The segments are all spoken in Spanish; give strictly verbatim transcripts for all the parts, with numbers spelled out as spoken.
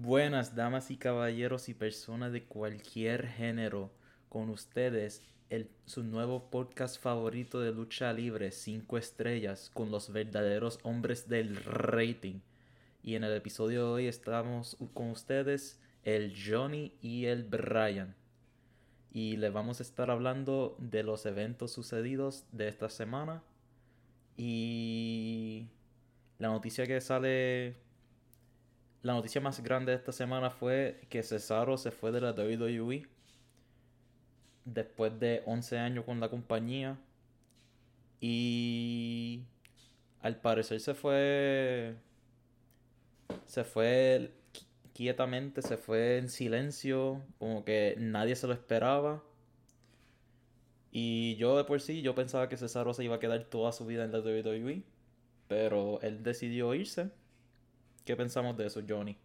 Buenas damas y caballeros y personas de cualquier género, con ustedes el, su nuevo podcast favorito de lucha libre, cinco estrellas, con los verdaderos hombres del rating. Y en el episodio de hoy estamos con ustedes el Johnny y el Brian. Y les vamos a estar hablando de los eventos sucedidos de esta semana. Y la noticia que sale La noticia más grande de esta semana fue que Cesaro se fue de la W W E después de once años con la compañía y al parecer se fue se fue quietamente, se fue en silencio, como que nadie se lo esperaba. Y yo de por sí, yo pensaba que Cesaro se iba a quedar toda su vida en la W W E, pero él decidió irse. ¿Qué pensamos de eso, Johnny?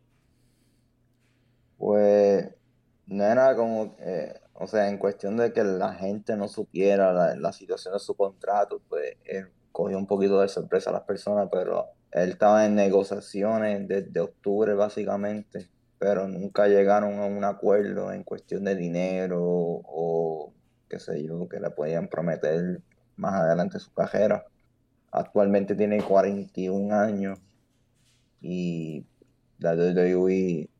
Pues no era como, eh, o sea, en cuestión de que la gente no supiera la, la situación de su contrato, pues él cogió un poquito de sorpresa a las personas, pero él estaba en negociaciones desde octubre básicamente, pero nunca llegaron a un acuerdo en cuestión de dinero o qué sé yo, que le podían prometer más adelante su carrera. Actualmente tiene cuarenta y un años y la W W E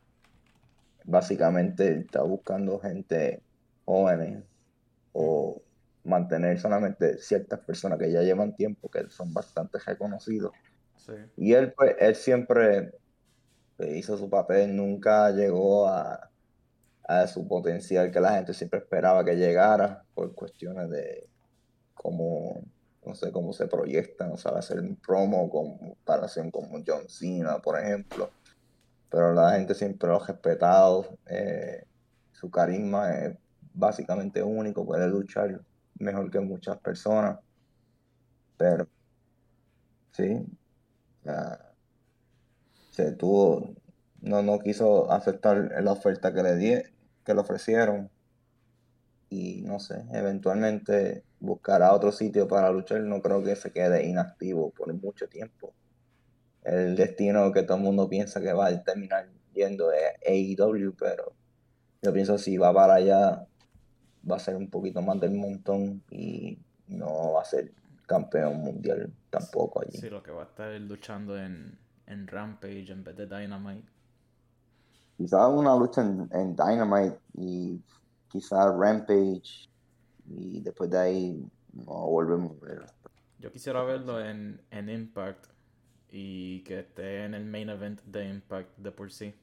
básicamente está buscando gente jóvenes Ujú. o mantener solamente ciertas personas que ya llevan tiempo, que son bastante reconocidos. Sí. Y él, pues, él siempre eh, hizo su papel, nunca llegó a, a su potencial que la gente siempre esperaba que llegara por cuestiones de cómo, no sé, cómo se proyecta, no sabe hacer un promo con comparación como John Cena, por ejemplo, pero la gente siempre lo ha respetado. Eh, su carisma es básicamente único, puede luchar mejor que muchas personas, pero sí, ah, se tuvo, no, no quiso aceptar la oferta que le di, que le ofrecieron y no sé, eventualmente buscará otro sitio para luchar. No creo que se quede inactivo por mucho tiempo. El destino que todo el mundo piensa que va a terminar yendo es A E W, pero yo pienso si va para allá va a ser un poquito más del montón y no va a ser campeón mundial tampoco allí. Sí, lo que va a estar luchando en, en Rampage en vez de Dynamite. Quizás una lucha en, en Dynamite y quizás Rampage y después de ahí no volvemos a ver. Yo quisiera verlo en, en Impact y que esté en el main event de Impact de por sí.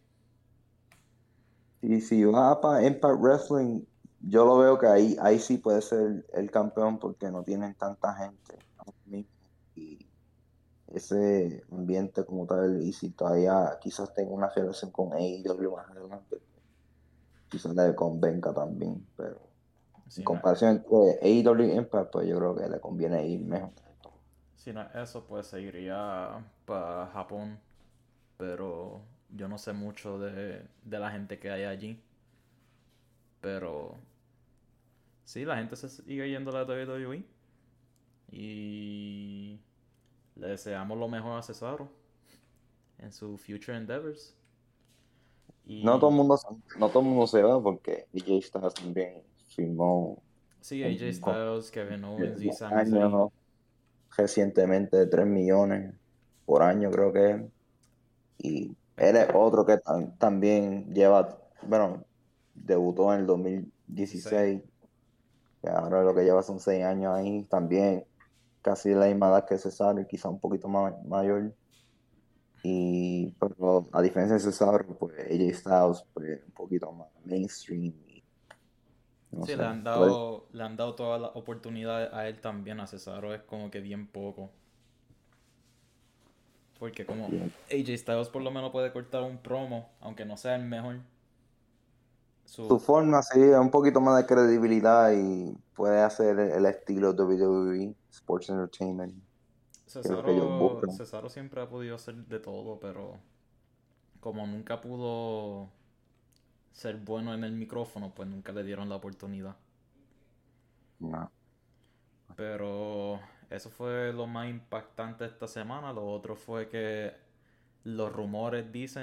Y si va para Impact Wrestling, yo lo veo que ahí, ahí sí puede ser el campeón porque no tienen tanta gente ahora mismo. Y ese ambiente como tal, y si todavía quizás tenga una relación con A E W más adelante, quizás le convenga también, pero en Si no, comparación entre A E W y Impact, pues yo creo que le conviene ir mejor. si no eso, pues seguiría para Japón. Pero yo no sé mucho de, de la gente que hay allí. Pero sí, la gente se sigue yendo a la W W E. Y le deseamos lo mejor a Cesaro en su future endeavors. No todo Y el mundo, no todo el mundo se va porque D J Styles también firmó sí, A J un contrato Styles, Kevin de Owens y diez Sami años, Zayn. ¿no? Recientemente de tres millones por año creo que es. Y Es él es que otro que tam- también lleva, bueno, debutó en el dieciséis. dos mil dieciséis, que ahora lo que lleva son seis años ahí, también casi la misma edad que Cesaro y quizá un poquito más mayor. Y pero a diferencia de Cesaro, pues A J Styles pues, un poquito más mainstream y no Sí, le sé, han pues dado, le han dado todas las oportunidades a él también. A Cesaro es como que bien poco. Porque como bien. A J Styles por lo menos puede cortar un promo, aunque no sea el mejor. Su Su forma sí es un poquito más de credibilidad y puede hacer el, el estilo de W W E, Sports Entertainment, que es lo que ellos Cesaro, buscan. Cesaro siempre ha podido hacer de todo, pero como nunca pudo ser bueno en el micrófono, pues nunca le dieron la oportunidad. No. Pero eso fue lo más impactante esta semana. Lo otro fue que los rumores dicen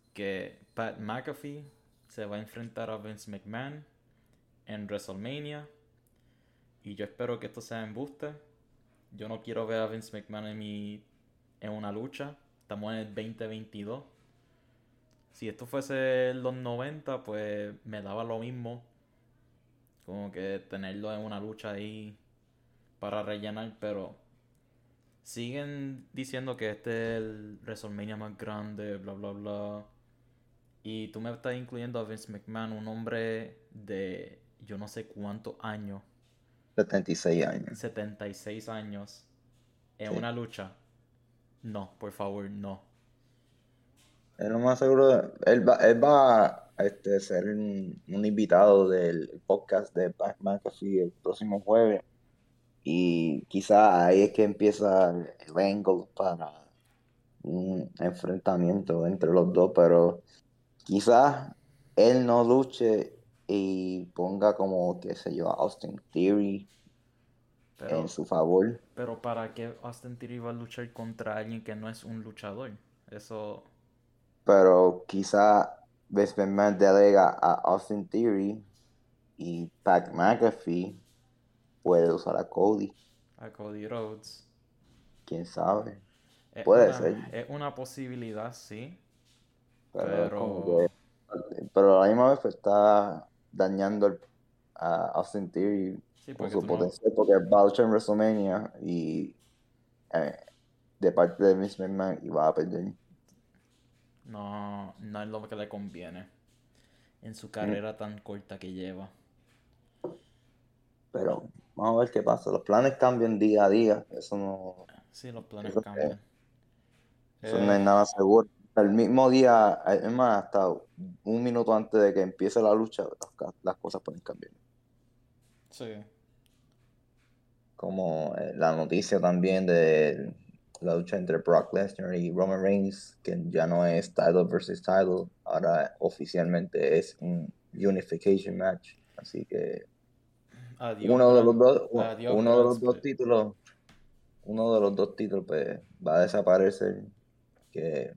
que Pat McAfee se va a enfrentar a Vince McMahon en WrestleMania. Y yo espero que esto sea embuste. Yo no quiero ver a Vince McMahon en, mi, en una lucha. Estamos en el veinte veintidós. Si esto fuese en los noventa, pues me daba lo mismo. Como que tenerlo en una lucha ahí para rellenar, pero siguen diciendo que este es el WrestleMania más grande, bla bla bla. Y tú me estás incluyendo a Vince McMahon, un hombre de yo no sé cuántos años, setenta y seis años. setenta y seis años, en Sí. una lucha. No, por favor, no. Es lo más seguro. Él va, él va a este, ser un, un invitado del podcast de Pat McAfee el próximo jueves. Y quizá ahí es que empieza el, el angle para un enfrentamiento entre los dos. Pero quizás él no luche y ponga como, qué sé yo, a Austin Theory en Pero, su favor. pero ¿para qué Austin Theory va a luchar contra alguien que no es un luchador? Eso, Pero quizá Vince McMahon delega a Austin Theory y Pat McAfee puede usar a Cody. a Cody Rhodes. Quién sabe. Es Puede una, ser, es una posibilidad, sí. pero es como Pero, que. Pero a la misma vez pues, está dañando el- a Austin Theory sí, con porque su tú no, potencial porque va a luchar en WrestleMania y eh, de parte de Vince McMahon y va a perder. no, no es lo que le conviene en su Mm, carrera tan corta que lleva. Pero vamos a ver qué pasa. Los planes cambian día a día. Eso no, Sí, los planes eso, que- cambian. eso no Eh, es nada seguro. El mismo día, es más, hasta un minuto antes de que empiece la lucha, las, ca- las cosas pueden cambiar. sí. Como eh, la noticia también de la lucha entre Brock Lesnar y Roman Reigns, que ya no es title versus title, ahora oficialmente es un unification match. Así que Adiós, uno de los gran, dos, u- adiós, uno de gran los dos split. títulos, uno de los dos títulos pues va a desaparecer, que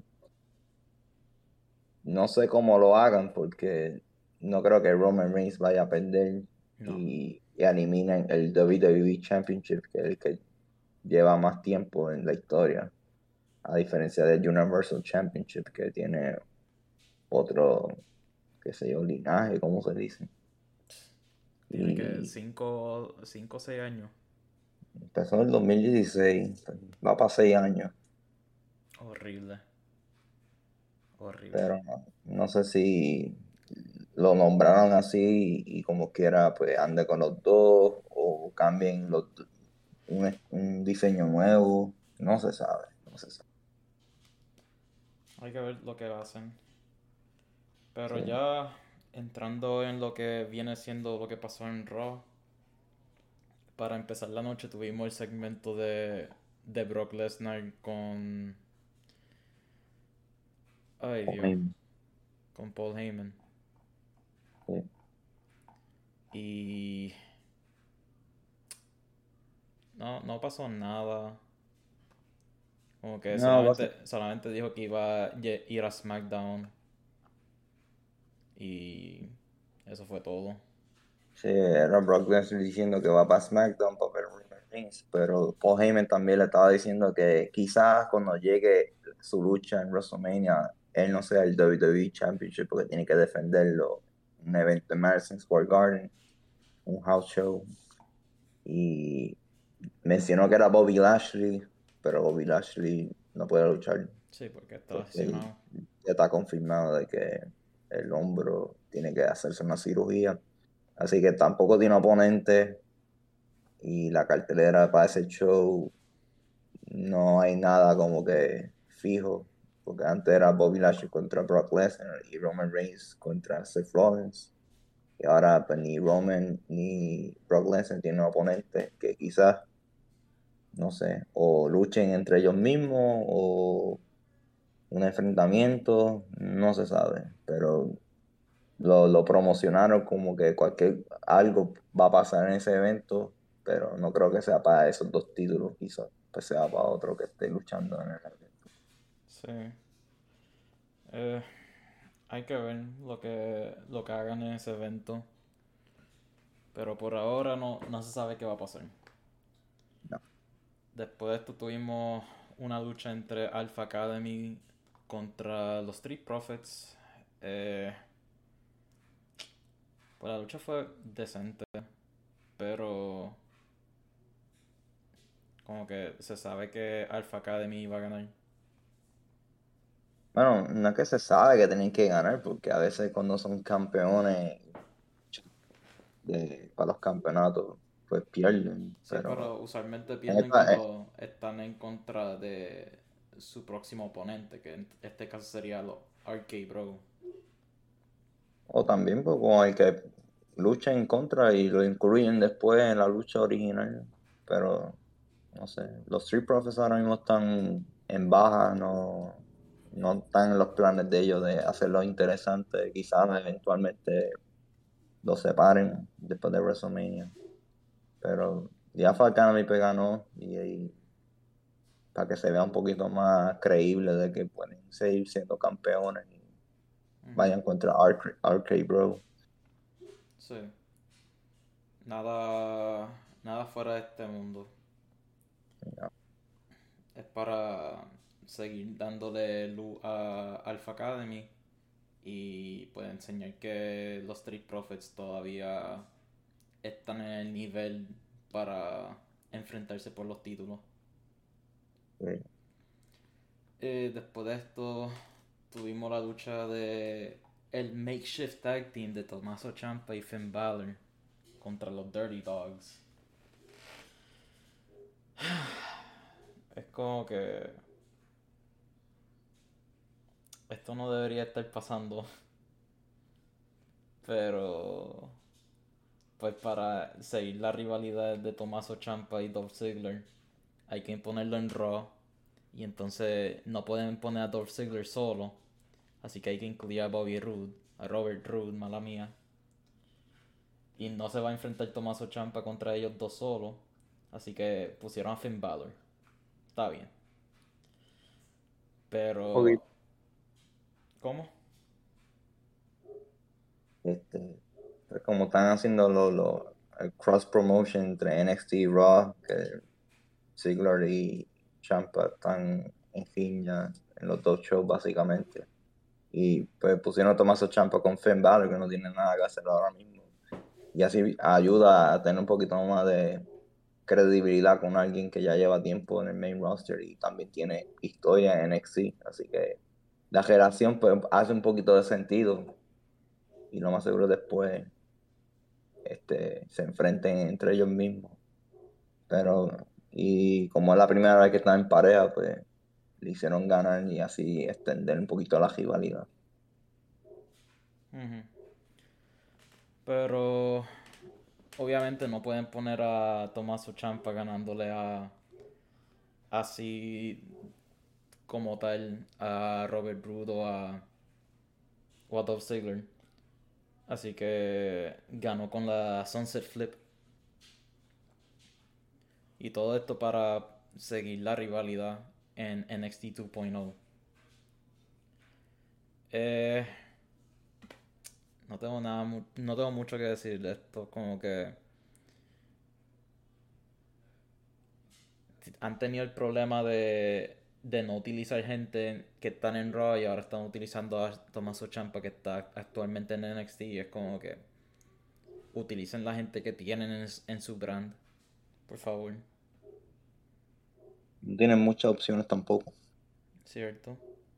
no sé cómo lo hagan porque no creo que Roman Reigns vaya a perder No. y, y eliminen el W W E Championship, que es el que lleva más tiempo en la historia. A diferencia del Universal Championship que tiene otro, qué sé yo, linaje, ¿cómo se dice? Tiene que Y cinco o seis años. empezó en el dos mil dieciséis, va para seis años, Horrible. Horrible. pero no, no sé si lo nombraron así y como quiera, pues ande con los dos o cambien los, un, un diseño nuevo, no se sabe, no se sabe. Hay que ver lo que hacen. Pero Sí. ya entrando en lo que viene siendo lo que pasó en Raw, para empezar la noche tuvimos el segmento de, de Brock Lesnar con... Ay Dios, Horrible, con Paul Heyman. sí. Y no, no pasó nada. Como que No, va a solamente, ser- solamente dijo que iba a ye- ir a SmackDown. Y eso fue todo. Sí, era Brock Lesnar diciendo que va para SmackDown para ver Roman Reigns, pero Paul Heyman también le estaba diciendo que quizás cuando llegue su lucha en WrestleMania, él no sea el W W E Championship porque tiene que defenderlo en un evento en Madison Square Garden, un house show, y mencionó que era Bobby Lashley, pero Bobby Lashley no puede luchar Sí, porque está porque lesionado. ya está confirmado de que el hombro tiene que hacerse una cirugía. Así que tampoco tiene oponente y la cartelera para ese show no hay nada como que fijo, porque antes era Bobby Lashley contra Brock Lesnar y Roman Reigns contra Seth Rollins, y ahora pues, ni Roman ni Brock Lesnar tienen oponente que quizás, no sé, o luchen entre ellos mismos o un enfrentamiento, no se sabe, pero lo, lo promocionaron como que cualquier algo va a pasar en ese evento, pero no creo que sea para esos dos títulos, quizás pues sea para otro que esté luchando en el evento. Sí. Eh, hay que ver lo que, lo que hagan en ese evento. Pero por ahora no, no se sabe qué va a pasar. No. Después de esto tuvimos una lucha entre Alpha Academy contra los Street Profits. Eh, pues la lucha fue decente, pero como que se sabe que Alpha Academy iba a ganar. Bueno, no es que se sabe que tienen que ganar, porque a veces cuando son campeones de, para los campeonatos, pues pierden. Sí, Pero pero usualmente en pierden esta, eh, cuando están en contra de su próximo oponente, que en este caso sería los R K Bro. o también pues, con el que lucha en contra y lo incluyen después en la lucha original. Pero no sé, los Street Profits ahora mismo están en baja, no, no están en los planes de ellos de hacerlo interesante. Quizás eventualmente los separen después de WrestleMania. Pero ya Fall Academy pues ganó y, y para que se vea un poquito más creíble de que pueden seguir siendo campeones y Ujú. vayan contra R K, R K Bro. Sí, nada, nada fuera de este mundo. Ya. Es para seguir dándole luz a Alpha Academy y pues enseñar que los Street Profits todavía están en el nivel para enfrentarse por los títulos. Sí. Eh, después de esto tuvimos la lucha de el makeshift tag team de Tommaso Ciampa y Finn Balor contra los Dirty Dogs. Es como que esto no debería estar pasando, pero pues para seguir la rivalidad de Tommaso Ciampa y Dolph Ziggler hay que ponerlo en Raw y entonces no pueden poner a Dolph Ziggler solo, así que hay que incluir a Bobby Roode, a Robert Roode, mala mía. Y no se va a enfrentar Tommaso Ciampa contra ellos dos solos. Así que pusieron a Finn Balor. Está bien. Ok. Pero... ¿Cómo? Este, pues como están haciendo lo, lo- el cross promotion entre N X T y Raw, que Ziggler y Ciampa están en fin ya en los dos shows básicamente. Y pues pusieron a Tommaso Ciampa con Finn Balor, que no tiene nada que hacer ahora mismo. Y así ayuda a tener un poquito más de credibilidad con alguien que ya lleva tiempo en el main roster y también tiene historia en N X T. Así que la generación pues hace un poquito de sentido y lo más seguro después este, se enfrenten entre ellos mismos. Pero, y como es la primera vez que están en pareja, pues le hicieron ganar y así extender un poquito la rivalidad. Ujú. Pero... Obviamente no pueden poner a Tommaso Ciampa ganándole a... Así como tal a Robert Roode o a... O a Dolph Ziggler. Así que ganó con la Sunset Flip. Y todo esto para seguir la rivalidad en N X T dos punto cero. Eh, no tengo nada, mu- no tengo mucho que decir de esto. Como que han tenido el problema de, de no utilizar gente que están en Raw y ahora están utilizando a Tommaso Ciampa que está actualmente en N X T. Y es como que utilicen la gente que tienen en, en su brand, por favor. No tienen muchas opciones tampoco. ¿Cierto?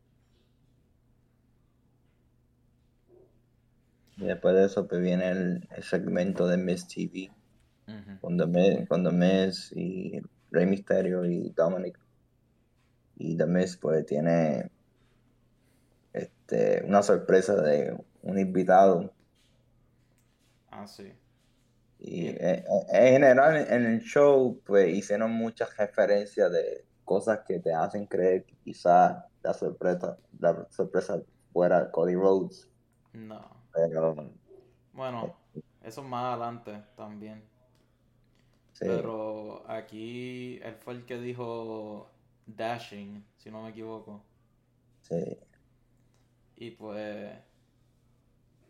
Y después de eso pues viene el, el segmento de Miss T V, Ujú. con The Miz, con The Miz y Rey Mysterio y Dominic. Y The Miz pues tiene este, una sorpresa de un invitado. Ah, sí. Y Y, eh, eh, en general en el show pues hicieron muchas referencias de cosas que te hacen creer que quizás la sorpresa, la sorpresa fuera Cody Rhodes. no. Pero Bueno, eh, eso más adelante también. sí, Pero aquí él fue el que dijo Dashing, si no me equivoco. sí, Y pues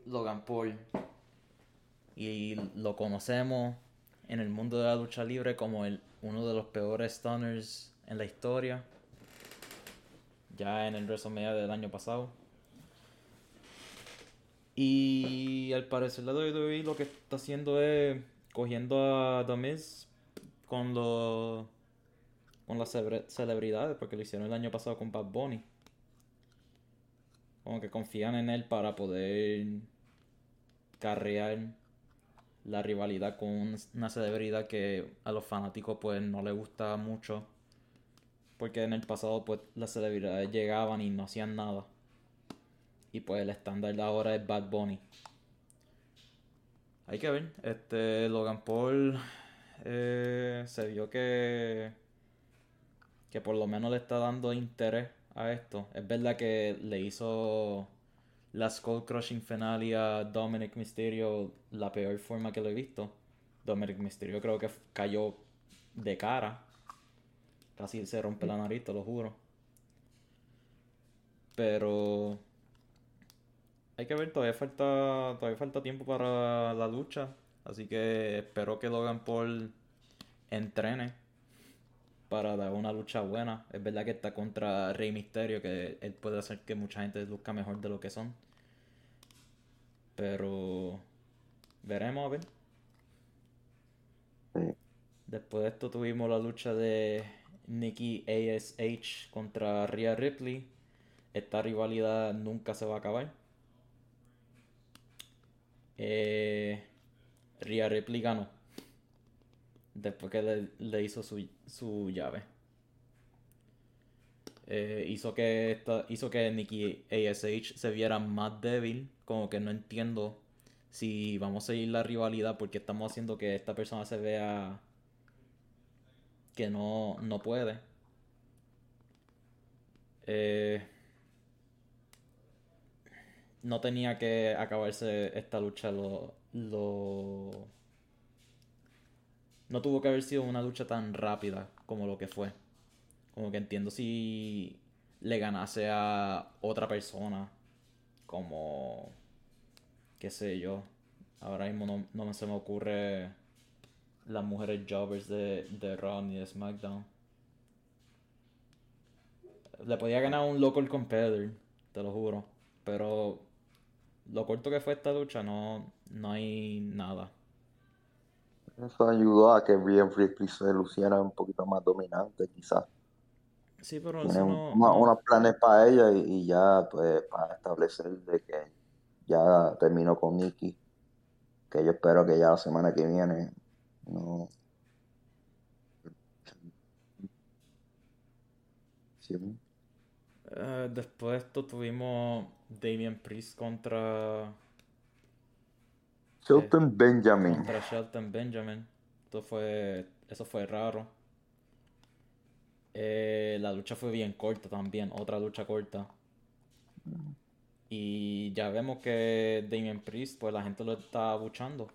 Logan Paul. Y lo conocemos en el mundo de la lucha libre como el, uno de los peores stunners en la historia. Ya en el WrestleMania del año pasado. Y al parecer la W W E lo que está haciendo es cogiendo a The Miz con los con las celebridades, porque lo hicieron el año pasado con Bad Bunny. Como que confían en él para poder carrear la rivalidad con una celebridad que a los fanáticos pues no les gusta mucho, porque en el pasado pues las celebridades llegaban y no hacían nada, y pues el estándar de ahora es Bad Bunny. Hay que ver, este Logan Paul eh, se vio que que por lo menos le está dando interés a esto. Es verdad que le hizo la Skull Crushing Finale a Dominic Mysterio la peor forma que lo he visto. Dominic Mysterio creo que cayó de cara. Casi se rompe la nariz, te lo juro. Pero hay que ver, todavía falta, todavía falta tiempo para la lucha. Así que espero que Logan Paul entrene para dar una lucha buena. Es verdad que está contra Rey Mysterio, que él puede hacer que mucha gente luzca mejor de lo que son. Pero veremos a ver. Sí. Después de esto tuvimos la lucha de Nikki A S H contra Rhea Ripley. Esta rivalidad nunca se va a acabar. Eh, Rhea Ripley ganó. Después que le, le hizo su, su llave. Eh, hizo que esta, hizo que Nikki A S H se viera más débil. Como que no entiendo si vamos a seguir la rivalidad porque estamos haciendo que esta persona se vea que no, no puede. Eh, no tenía que acabarse esta lucha lo, lo... No tuvo que haber sido una lucha tan rápida como lo que fue. Como que entiendo si le ganase a otra persona. Como... qué sé yo. Ahora mismo no, no se me ocurre las mujeres jobbers de, de Raw ni de SmackDown. Le podía ganar a un local competitor, te lo juro. Pero lo corto que fue esta lucha, no, no hay nada. Eso ayudó a que Rhea Ripley se luciera un poquito más dominante, quizás. Sí, pero Tiene eso un- no, una- no. unos planes para ella y, y ya, pues, para establecer de que ya terminó con Nikki, que yo espero que ya la semana que viene, no. Sí. Eh, después de esto tuvimos Damian Priest contra eh, Shelton Benjamin. contra Shelton Benjamin. Esto fue, eso fue raro. Eh, la lucha fue bien corta también, otra lucha corta. Y ya vemos que Damian Priest, pues la gente lo está abuchando.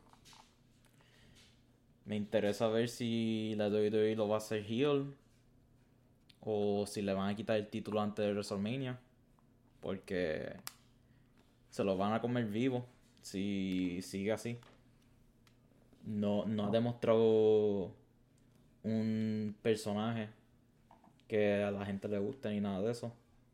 Me interesa ver si la W W E lo va a hacer heel o si le van a quitar el título antes de WrestleMania. Porque se lo van a comer vivo si sigue así. No, no ha demostrado un personaje que a la gente le guste ni nada de eso.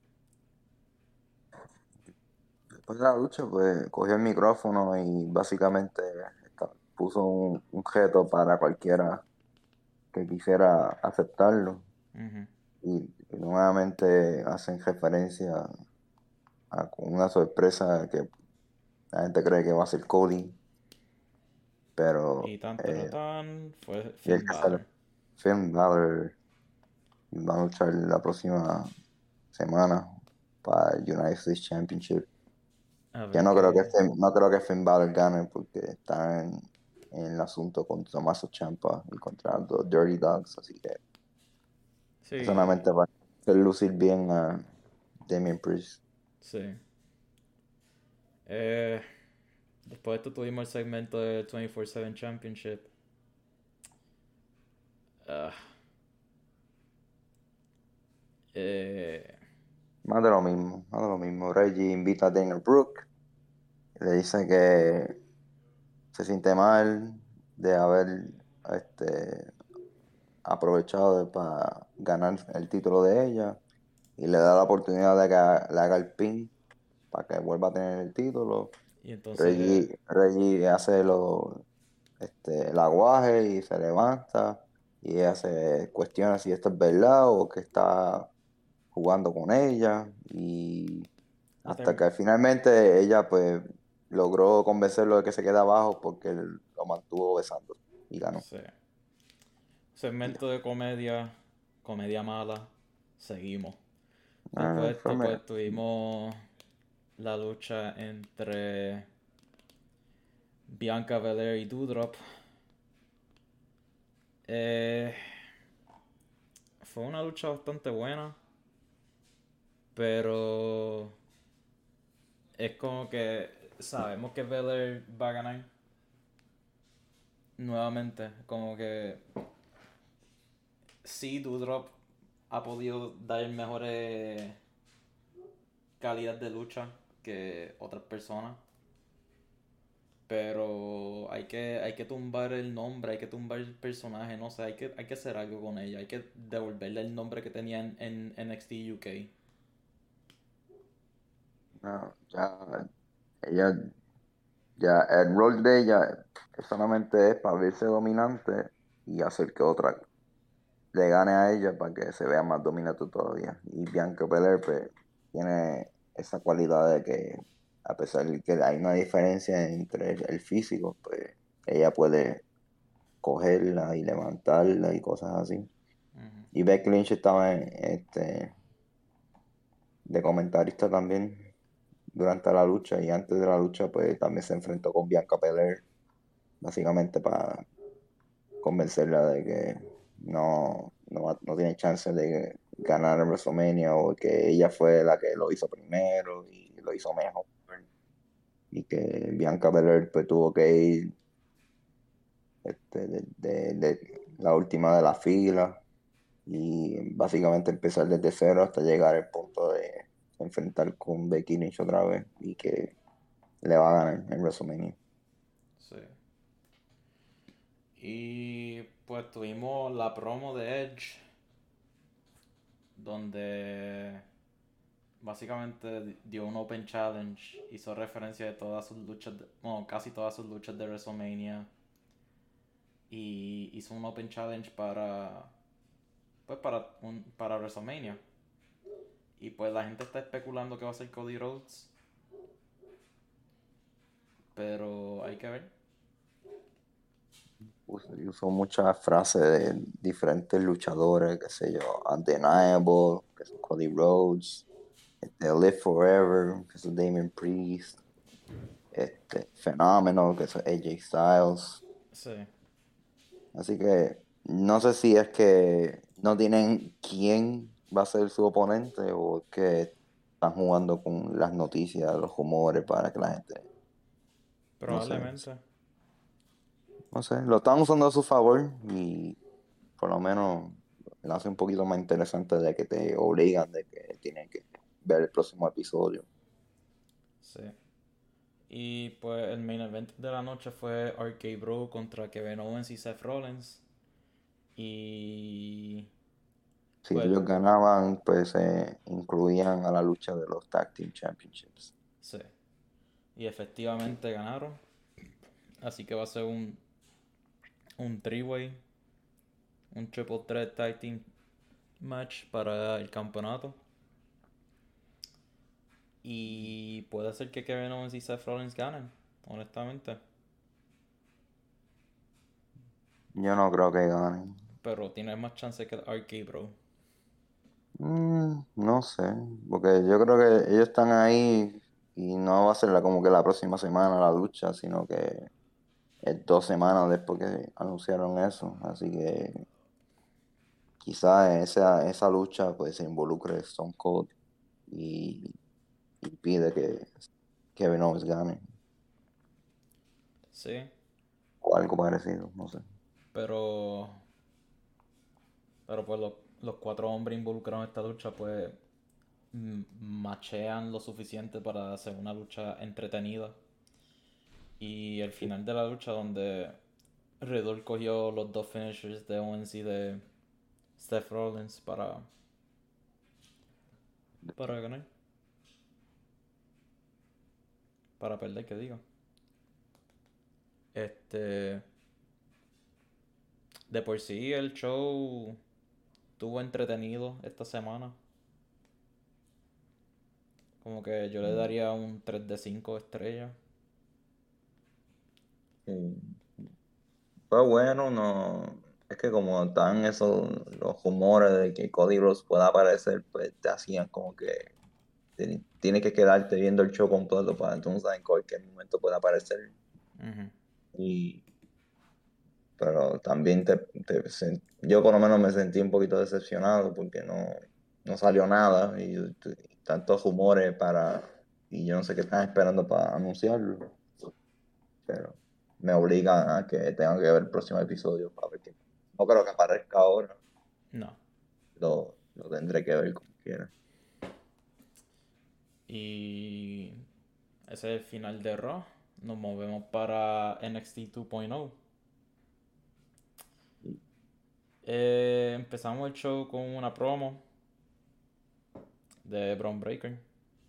Después de la lucha, pues cogió el micrófono y básicamente esta- puso un, un reto para cualquiera que quisiera aceptarlo. Ujú. Y, y nuevamente hacen referencia a una sorpresa que la gente cree que va a ser Cody, pero Y tan tan eh, tan fue y el Finn que sale, Balor. Finn Balor, va a luchar la próxima semana para el United States Championship. A Que ver no creo que qué. Finn, no creo que Finn Balor gane porque está en, en el asunto con Tommaso Ciampa y contra los Dirty Dogs, así que Sí, solamente va a hacer lucir bien a Damian Priest. sí. Eh, después de esto tuvimos el segmento de veinticuatro siete Championship. Ah, eh, Más de lo mismo, más de lo mismo. Reggie invita a Daniel Brooke Le dice que se siente mal de haber este, aprovechado para ganar el título de ella y le da la oportunidad de que le haga el pin para que vuelva a tener el título. Y entonces, Reggie, Reggie hace lo, este, el aguaje y se levanta y ella se cuestiona si esto es verdad o que está jugando con ella y y hasta term- que finalmente ella pues logró convencerlo de que se quede abajo porque él lo mantuvo besando y ganó. sí. Y ya. Segmento de comedia, comedia mala, seguimos. Ah, Después de fue esto, me- pues tuvimos la lucha entre Bianca Belair y Doudrop. Eh, fue una lucha bastante buena, pero es como que sabemos que Belair va a ganar nuevamente. Como que sí, Doudrop ha podido dar mejores calidad de lucha que otras personas. Pero hay que, hay que tumbar el nombre, hay que tumbar el personaje, no sé, hay que, hay que hacer algo con ella, hay que devolverle el nombre que tenía en, en N X T U K. no, ya, ella, ya el rol de ella solamente es para verse dominante y hacer que otra le gane a ella para que se vea más dominante todavía. Y Bianca Belair pues, tiene esa cualidad de que a pesar de que hay una diferencia entre el, el físico, pues ella puede cogerla y levantarla y cosas así. Ujú. Y Becky Lynch estaba en, este, de comentarista también durante la lucha y antes de la lucha pues también se enfrentó con Bianca Belair, básicamente para convencerla de que no, no, va- no tiene chance de ganar en WrestleMania o que ella fue la que lo hizo primero y lo hizo mejor y que Bianca Belair pues tuvo que ir este, de, de- de la última de la fila y básicamente empezar desde cero hasta llegar al punto de enfrentar con Becky Lynch otra vez y que le va a ganar en WrestleMania. Sí. Y pues tuvimos la promo de Edge, donde básicamente dio un Open Challenge, hizo referencia de todas sus luchas, de- bueno, casi todas sus luchas de WrestleMania, y hizo un Open Challenge para, pues para, un, para WrestleMania. Y pues la gente está especulando que va a ser Cody Rhodes, pero hay que ver. Us- Usó muchas frases de diferentes luchadores, qué sé yo, Undeniable, que es Cody Rhodes, este, Live Forever, que es Damien Priest, este, Phenomenal, que es A J Styles. Sí. Así que no sé si es que no tienen quién va a ser su oponente o es que están jugando con las noticias, los rumores para que la gente, no sé, Probablemente. no sé, lo están usando a su favor y por lo menos lo hace un poquito más interesante de que te obligan de que tienen que ver el próximo episodio. Sí. Y pues el main event de la noche fue R K Bro contra Kevin Owens y Seth Rollins. Y Si pues ellos ganaban, pues se incluían a la lucha de los Tag Team Championships. sí. Y efectivamente ganaron. Así que va a ser un, un three-way, un triple threat tag team match para el campeonato. Y puede ser que Kevin Owens y Seth Rollins ganen, honestamente. Yo no creo que ganen. Pero tiene más chance que el R K Bro. Mm, no sé, porque yo creo que ellos están ahí y no va a ser la, como que la próxima semana la lucha, sino que es dos semanas después que anunciaron eso. Así que quizás esa, esa lucha pues se involucre Stone Cold y, y pide que Kevin Owens gane Sí. o algo parecido, no sé. Pero Pero pues los, los cuatro hombres involucrados en esta lucha pues mm, machean lo suficiente para hacer una lucha entretenida. Y el final de la lucha donde Riddle cogió los dos finishers de Owens y de Seth Rollins para, para ganar. Para perder, que digo. Este. De por sí, el show estuvo entretenido esta semana. Como que yo le daría un tres de cinco estrellas. Sí. Fue bueno, no. Es que como están esos los rumores de que Cody Rhodes pueda aparecer, pues te hacían como que ti- tienes que quedarte viendo el show completo para entonces en cualquier momento pueda aparecer. Ujú. Y, pero también te, te sen- yo por lo menos me sentí un poquito decepcionado porque no, no salió nada y, y tantos rumores para y yo no sé qué están esperando para anunciarlo, pero me obligan a que tenga que ver el próximo episodio para ver qué. No creo que aparezca ahora, No. lo, lo tendré que ver como quiera. Y ese es el final de Raw. Nos movemos para N X T dos punto cero. Eh, empezamos el show con una promo de Braun Breaker.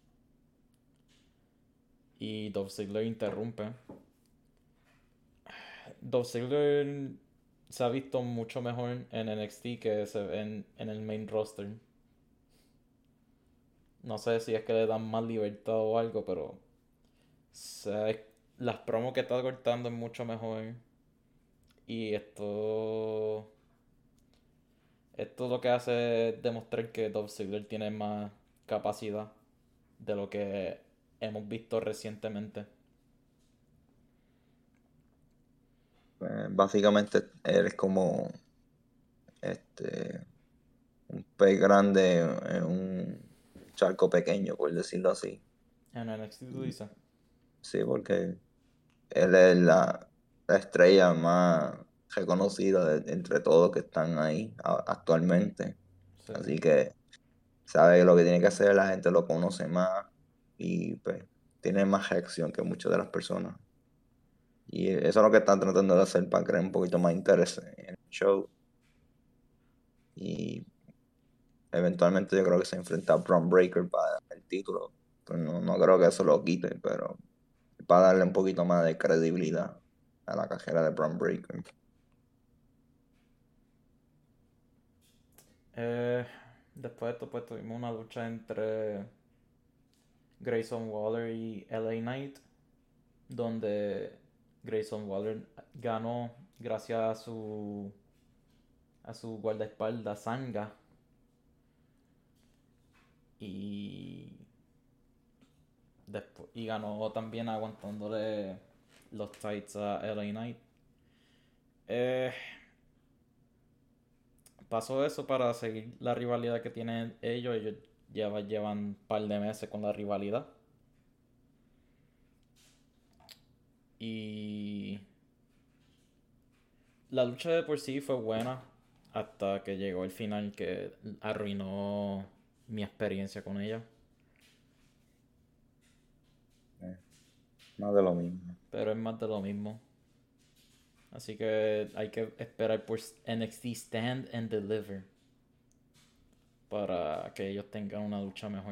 Y Dolph Ziggler interrumpe. Dolph Ziggler se ha visto mucho mejor en N X T que se ve en, en el main roster. No sé si es que le dan más libertad o algo, pero se- las promos que está cortando es mucho mejor. Y esto, esto lo que hace es demostrar que Dolph Ziggler tiene más capacidad de lo que hemos visto recientemente. Pues, básicamente eres como este un pez grande en un charco pequeño, por decirlo así. En N X T tú dices. Sí, porque él es la, la estrella más reconocida de- entre todos que están ahí a- actualmente. Sí. Así que sabe lo que tiene que hacer, la gente lo conoce más y pues tiene más reacción que muchas de las personas. Y eso es lo que están tratando de hacer para crear un poquito más interés en el show. Y eventualmente yo creo que se enfrenta a Braun Breaker para el título. Pues no, no creo que eso lo quite, pero para darle un poquito más de credibilidad a la carrera de Braun Breaker. Eh, Después de esto, pues tuvimos una lucha entre Grayson Waller y L A Knight, donde Grayson Waller ganó gracias a su a su guardaespaldas Sanga y después y ganó también aguantándole los tights a L A Knight. Eh, Pasó eso para seguir la rivalidad que tienen ellos. Ellos lleva- llevan un par de meses con la rivalidad. Y la lucha de por sí fue buena hasta que llegó el final que arruinó mi experiencia con ella. Eh, más de lo mismo. Pero es más de lo mismo. Así que hay que esperar por N X T Stand and Deliver para que ellos tengan una lucha mejor.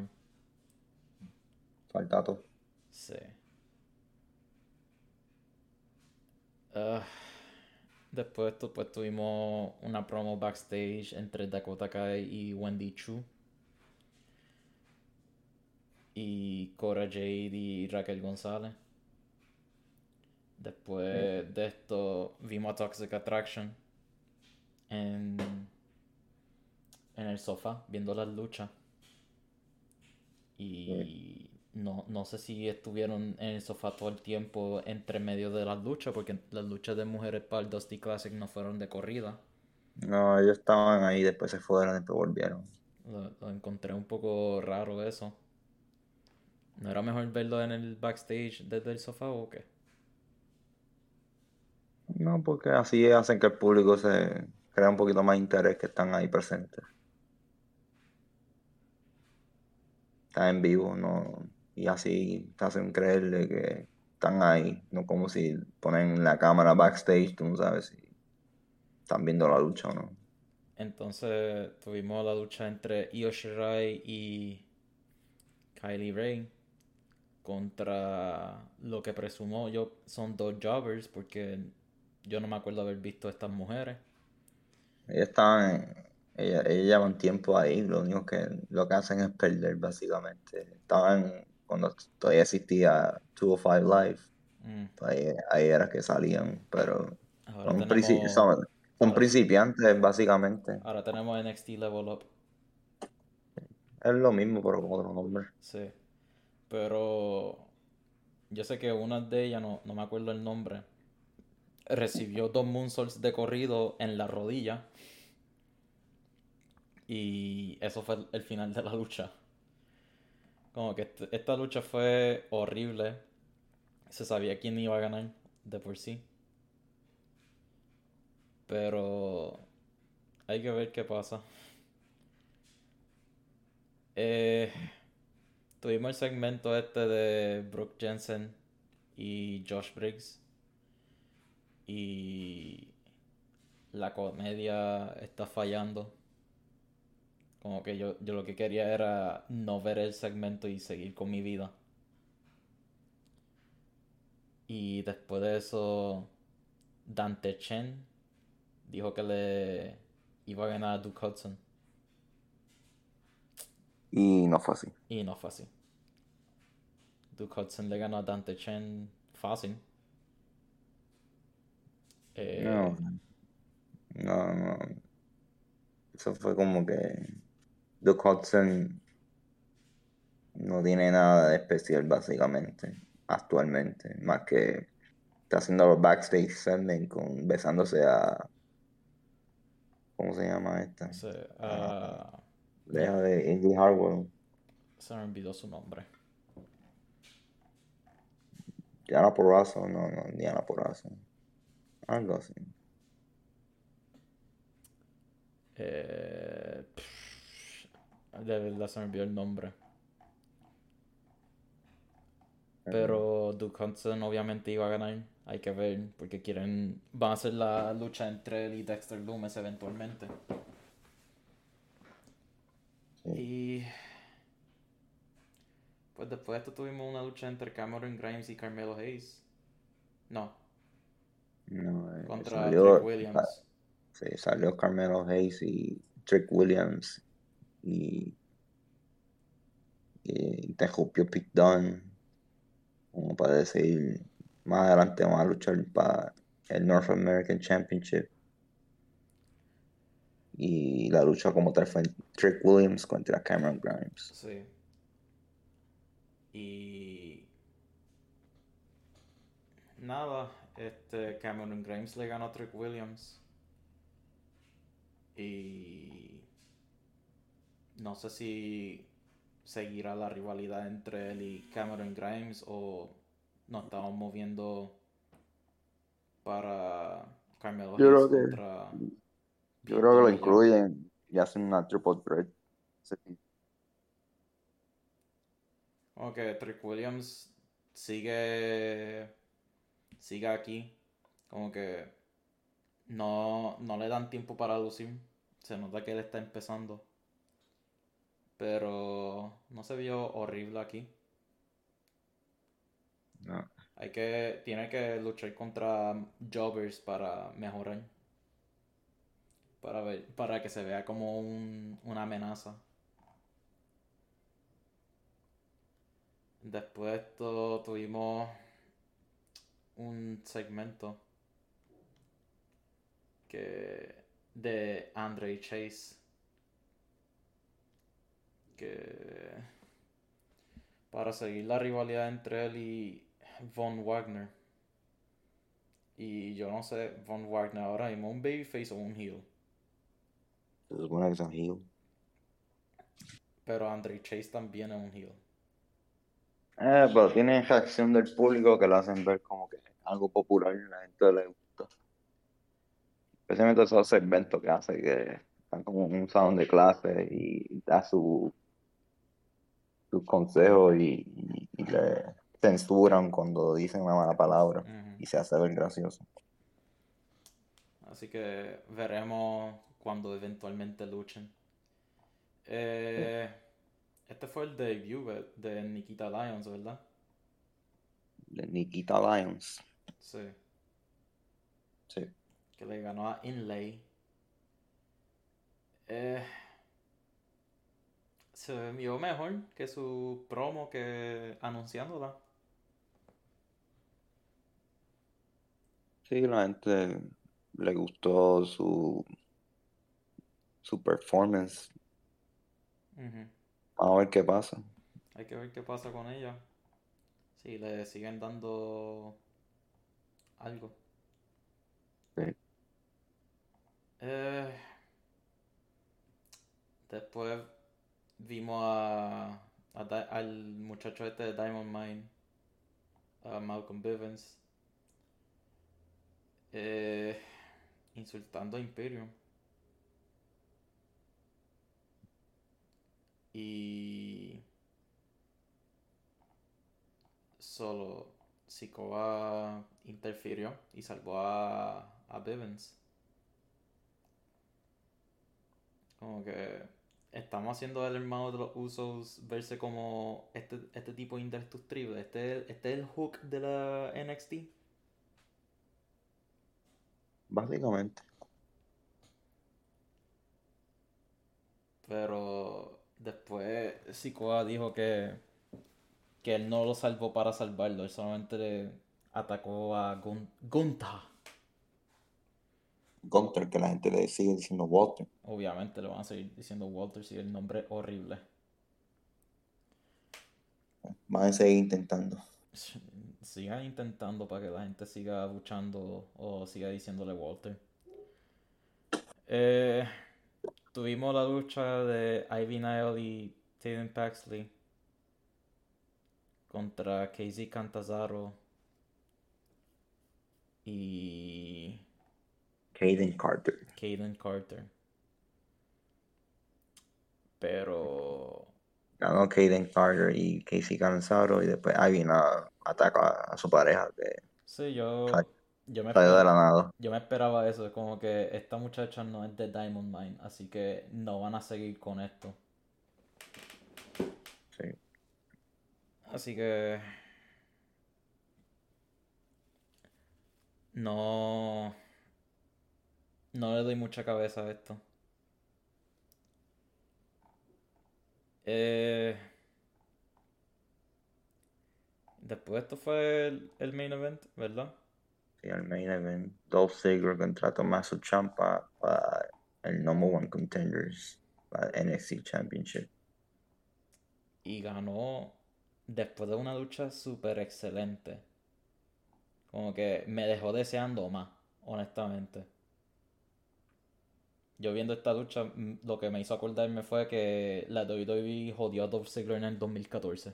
Falta todo. Sí. Ah, después de esto, pues tuvimos una promo backstage entre Dakota Kai y Wendy Chu. Y Cora Jade y Raquel González. Eh, Después de esto vimos a Toxic Attraction en, en el sofá viendo las luchas. eh, Y no, no sé si estuvieron en el sofá todo el tiempo entre medio de las luchas, porque las luchas de mujeres para el Dusty Classic no fueron de corrida. No, ellos estaban ahí, después se fueron, después volvieron. Lo, lo encontré un poco raro eso. ¿No era mejor verlo en el backstage desde el sofá o qué? No, porque así hacen que el público se crea un poquito más interés que están ahí presentes. Están en vivo, ¿no? Y así te hacen creerle que están ahí, no como si ponen la cámara backstage, tú no sabes si están viendo la lucha o no. Entonces tuvimos la lucha entre Io Shirai y Kylie Ray contra lo que presumo yo son dos jobbers porque yo no me acuerdo haber visto a estas mujeres. Ellos estaban, ellas, ellas llevan tiempo ahí, lo único que lo que hacen es perder básicamente. Estaban, cuando todavía existía doscientos cinco Live, Mm. pues ahí, ahí era que salían, pero Ahora son, princi- tenemos son, son ahora, principiantes básicamente. ahora tenemos N X T Level Up. Es lo mismo, pero con otro nombre. Sí. Pero yo sé que una de ellas, no, no me acuerdo el nombre, recibió dos moonsaults de corrido en la rodilla. Y eso fue el- el final de la lucha. Como que este- esta lucha fue horrible. Se sabía quién iba a ganar de por sí. Pero hay que ver qué pasa. Eh, Tuvimos el segmento este de Brooke Jensen y Josh Briggs. Y la comedia está fallando. Como que yo, yo lo que quería era no ver el segmento y seguir con mi vida. Y después de eso, Dante Chen dijo que le iba a ganar a Duke Hudson. Y no fue así. Y no fue así. Duke Hudson le ganó a Dante Chen fácil. Eh, No, no, no. Eso fue como que Duke Hudson no tiene nada de especial básicamente, actualmente, más que está haciendo los backstage segment con besándose a, ¿cómo se llama esta? se, A ah, la no, hija de Indy Hartwell, se me olvidó su nombre. Diana Porrazo, no, no, Diana Porrazo, algo así. Eh, pff, de verdad se me olvidó el nombre. Pero Duke Hudson obviamente iba a ganar. Hay que ver, porque quieren. Van a hacer la lucha entre él y Dexter Loomis eventualmente. Sí. Y pues después de esto tuvimos una lucha entre Cameron Grimes y Carmelo Hayes. No, No, eh, contra Trick salió, sa- Williams. sí, salió Carmelo Hayes y Trick Williams y, y interrumpió Pete Dunne, como para decir, más adelante vamos a luchar para el North American Championship. Y la lucha como tal fue Trick Williams contra Cameron Grimes. Sí. Y nada, este Cameron Grimes le ganó a Trick Williams. Y no sé si seguirá la rivalidad entre él y Cameron Grimes o nos estamos moviendo para Carmelo Yo Hayes creo que, contra yo creo que lo Pete Dunne y ya. incluyen y hacen una triple threat. Sí. Como que Trick Williams sigue sigue aquí. Como que no, no le dan tiempo para lucir. Se nota que él está empezando. Pero no se vio horrible aquí. No, Hay que, tiene que luchar contra jobbers para mejorar. Para ver, para que se vea como un, una amenaza. Después de esto tuvimos un segmento que de Andre Chase que para seguir la rivalidad entre él y Von Wagner. Y yo no sé, Von Wagner ahora mismo un babyface o un heel. se supone que son heel. Pero Andre Chase también es un heel. Eh, pero tienen reacción del público que lo hacen ver como que algo popular y a la gente le gusta. Especialmente esos segmentos que hace que están como en un salón de clase y da su, sus consejos y, y- y le censuran cuando dicen una mala palabra Ujú. y se hace ver gracioso. Así que veremos cuando eventualmente luchen. Sí. Eh, este fue el debut de de Nikita Lyons, ¿verdad? De Nikita Lyons. Sí. Sí. Que le ganó a Inlay. Eh, Se vio mejor que su promo que anunciándola. Sí, la gente le gustó su, su performance. Ujú. Vamos a ver qué pasa. Hay que ver qué pasa con ella. Si le siguen dando algo. Sí. Eh, Después vimos a, a Di- al muchacho este de Diamond Mine, a Malcolm Bivens, eh, insultando a Imperium. Y solo Sikoa interfirió y salvó a, a Bivens. Como que estamos haciendo el hermano de los Usos verse como este, este tipo indestructible. Este, este es el hook de la N X T. Básicamente. Pero después Sikoa dijo que, que él no lo salvó para salvarlo. Él solamente le atacó a Gun Gunta. Gunter, que la gente le sigue diciendo Walter. Obviamente le van a seguir diciendo Walter si el nombre es horrible. Van a seguir intentando. Sigan intentando para que la gente siga luchando o siga diciéndole Walter. Eh, Tuvimos la lucha de Ivy Nile y Tatum Paxley contra Casey Cantazaro y Caden Carter. Kaden Carter. Pero Ganó Caden Carter y Casey Cansaro y después Ivy na- ataca a su pareja que sí, sa- yo, yo me salió de esper- la nada. yo me esperaba eso. Como que esta muchacha no es de Diamond Mine, así que no van a seguir con esto. Sí. Así que no, no le doy mucha cabeza a esto. Eh, Después esto fue el, el main event, ¿verdad? Sí, el main event. Dolph Ziggler contra Tommaso Ciampa para el number one contenders, para el N X T Championship. Y ganó después de una lucha súper excelente. Como que me dejó deseando más, honestamente. Yo viendo esta lucha, mm, lo que me hizo acordarme fue que la W W E jodió a Dolph Ziggler en el dos mil catorce.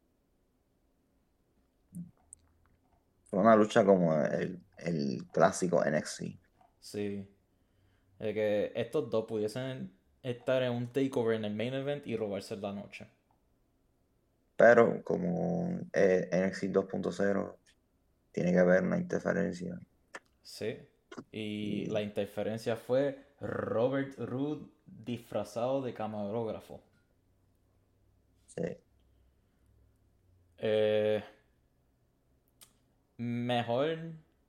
Fue una lucha como el, el clásico N X T. Sí. De que estos dos pudiesen estar en un takeover en el main event y robarse la noche. Pero como eh, N X T dos punto cero, tiene que haber una interferencia. Sí. Y la Y interferencia fue Robert Roode disfrazado de camarógrafo. sí, Eh, Mejor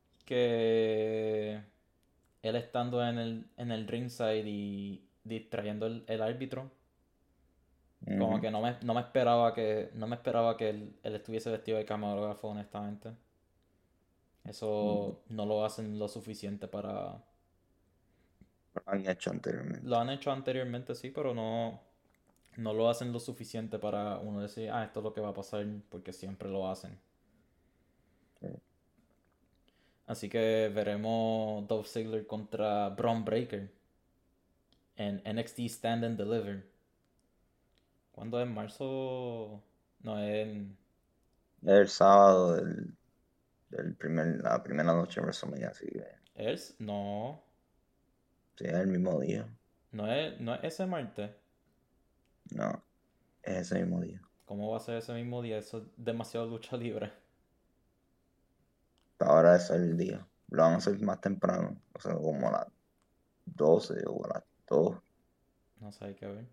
que él estando en el, en el ringside y distrayendo el, el árbitro. Como ujú, que no me, no me esperaba que. No me esperaba que él, él estuviese vestido de camarógrafo, honestamente. ujú. Eso no lo hacen lo suficiente para. Lo han hecho Lo anteriormente. han hecho anteriormente, sí, pero no. No lo hacen lo suficiente para uno decir, ah, esto es lo que va a pasar, porque siempre lo hacen. Sí. Así que veremos Dolph Ziggler contra Braun Breaker en N X T Stand and Deliver. ¿Cuándo es? ¿Marzo? No, en... El sábado del, del primer, la primera noche de WrestleMania, así que ¿Es? No. sí, es el mismo día. No es, no es ese martes. No, es ese mismo día. ¿Cómo va a ser ese mismo día? Eso es demasiado lucha libre. Ahora ese es el día. Lo van a hacer más temprano, o sea, como a las doce o a las dos. No sé, hay que ver.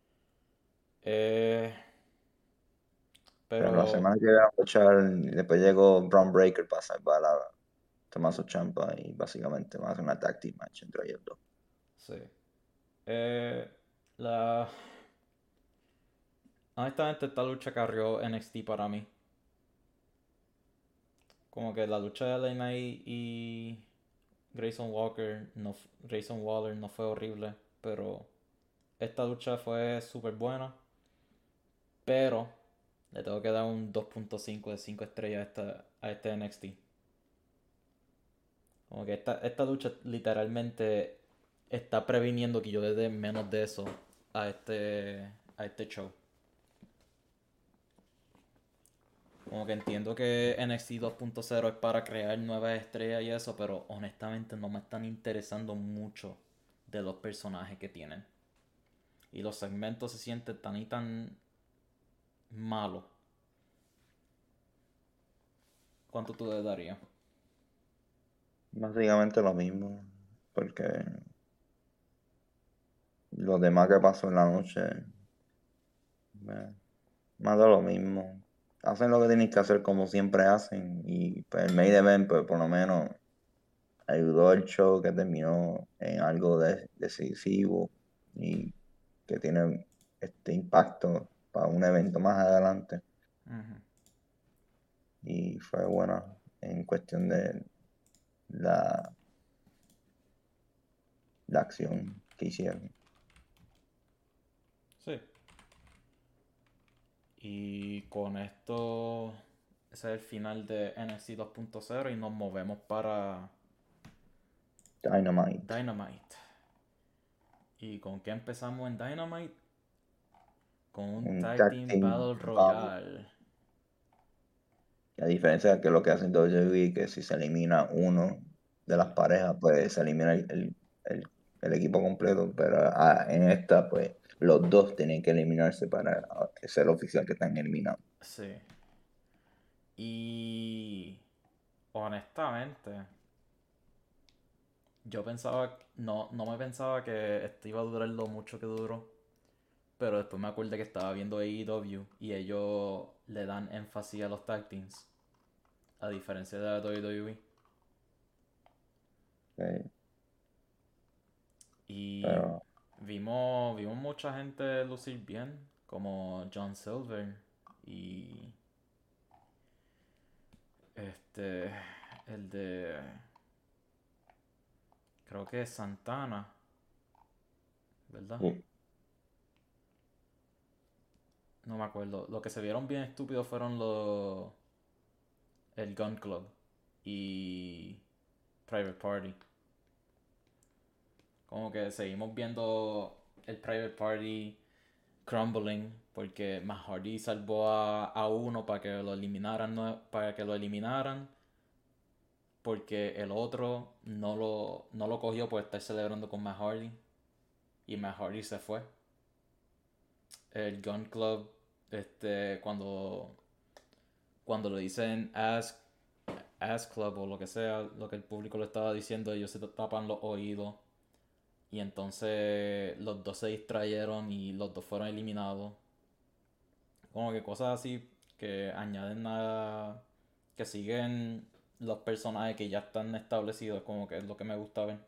Eh, Pero la pero semana que viene a luchar, y después llegó Braun Breaker para salvar a Tommaso Ciampa y básicamente van a hacer una tag team match entre ellos dos. sí. Eh, la... Honestamente, esta lucha carrió N X T para mí. Como que la lucha de L A Knight y Grayson Walker, no, f- Grayson Waller no fue horrible, pero esta lucha fue súper buena. Pero le tengo que dar un dos punto cinco de cinco estrellas a, esta, a este N X T. Como que esta, esta lucha literalmente está previniendo que yo le dé menos de eso a este, a este show. Como que entiendo que N X T dos punto cero es para crear nuevas estrellas y eso, pero honestamente no me están interesando mucho de los personajes que tienen. Y los segmentos se sienten tan y tan malos. ¿Cuánto tú le darías? Básicamente lo mismo, porque lo demás que pasó en la noche, eh, más de lo mismo. Hacen lo que tienen que hacer como siempre hacen y pues el main event pues por lo menos ayudó al show que terminó en algo de- decisivo y que tiene este impacto para un evento más adelante Ujú. y fue buena en cuestión de la, la acción que hicieron. Sí. Y con esto, ese es el final de N X T dos punto cero y nos movemos para Dynamite, Dynamite. ¿Y con qué empezamos en Dynamite? Con un un Tag tag Team team Battle battle. Royale. A diferencia de que lo que hacen W W E, que si se elimina uno de Sí, las parejas, pues se elimina el, el- el- el equipo completo, pero ah, en esta, pues los dos tienen que eliminarse para ah, ser oficial que están eliminados. sí. Y honestamente, yo pensaba, no, no me pensaba que esto iba a durar lo mucho que duró. Pero después me acuerdo que estaba viendo A E W y ellos le dan énfasis a los tag teams. A diferencia de la W W E. Eh, Y pero vimos, vimos mucha gente lucir bien, como John Silver y este, el de, creo que es Santana, ¿verdad? sí, No me acuerdo. Lo que se vieron bien estúpidos fueron los, el Gun Club y Private Party. Como que seguimos viendo el Private Party crumbling porque Matt Hardy salvó a, a uno para que lo eliminaran, no- para que lo eliminaran porque el otro no lo, no lo cogió por estar celebrando con Matt Hardy y Matt Hardy se fue. El Gun Club, este, cuando, cuando le dicen Ask, Ask Club o lo que sea, lo que el público le estaba diciendo, ellos se tapan los oídos y entonces los dos se distrayeron y los dos fueron eliminados. Como que cosas así que añaden nada, que siguen los personajes que ya están establecidos, como que es lo que me gusta ver.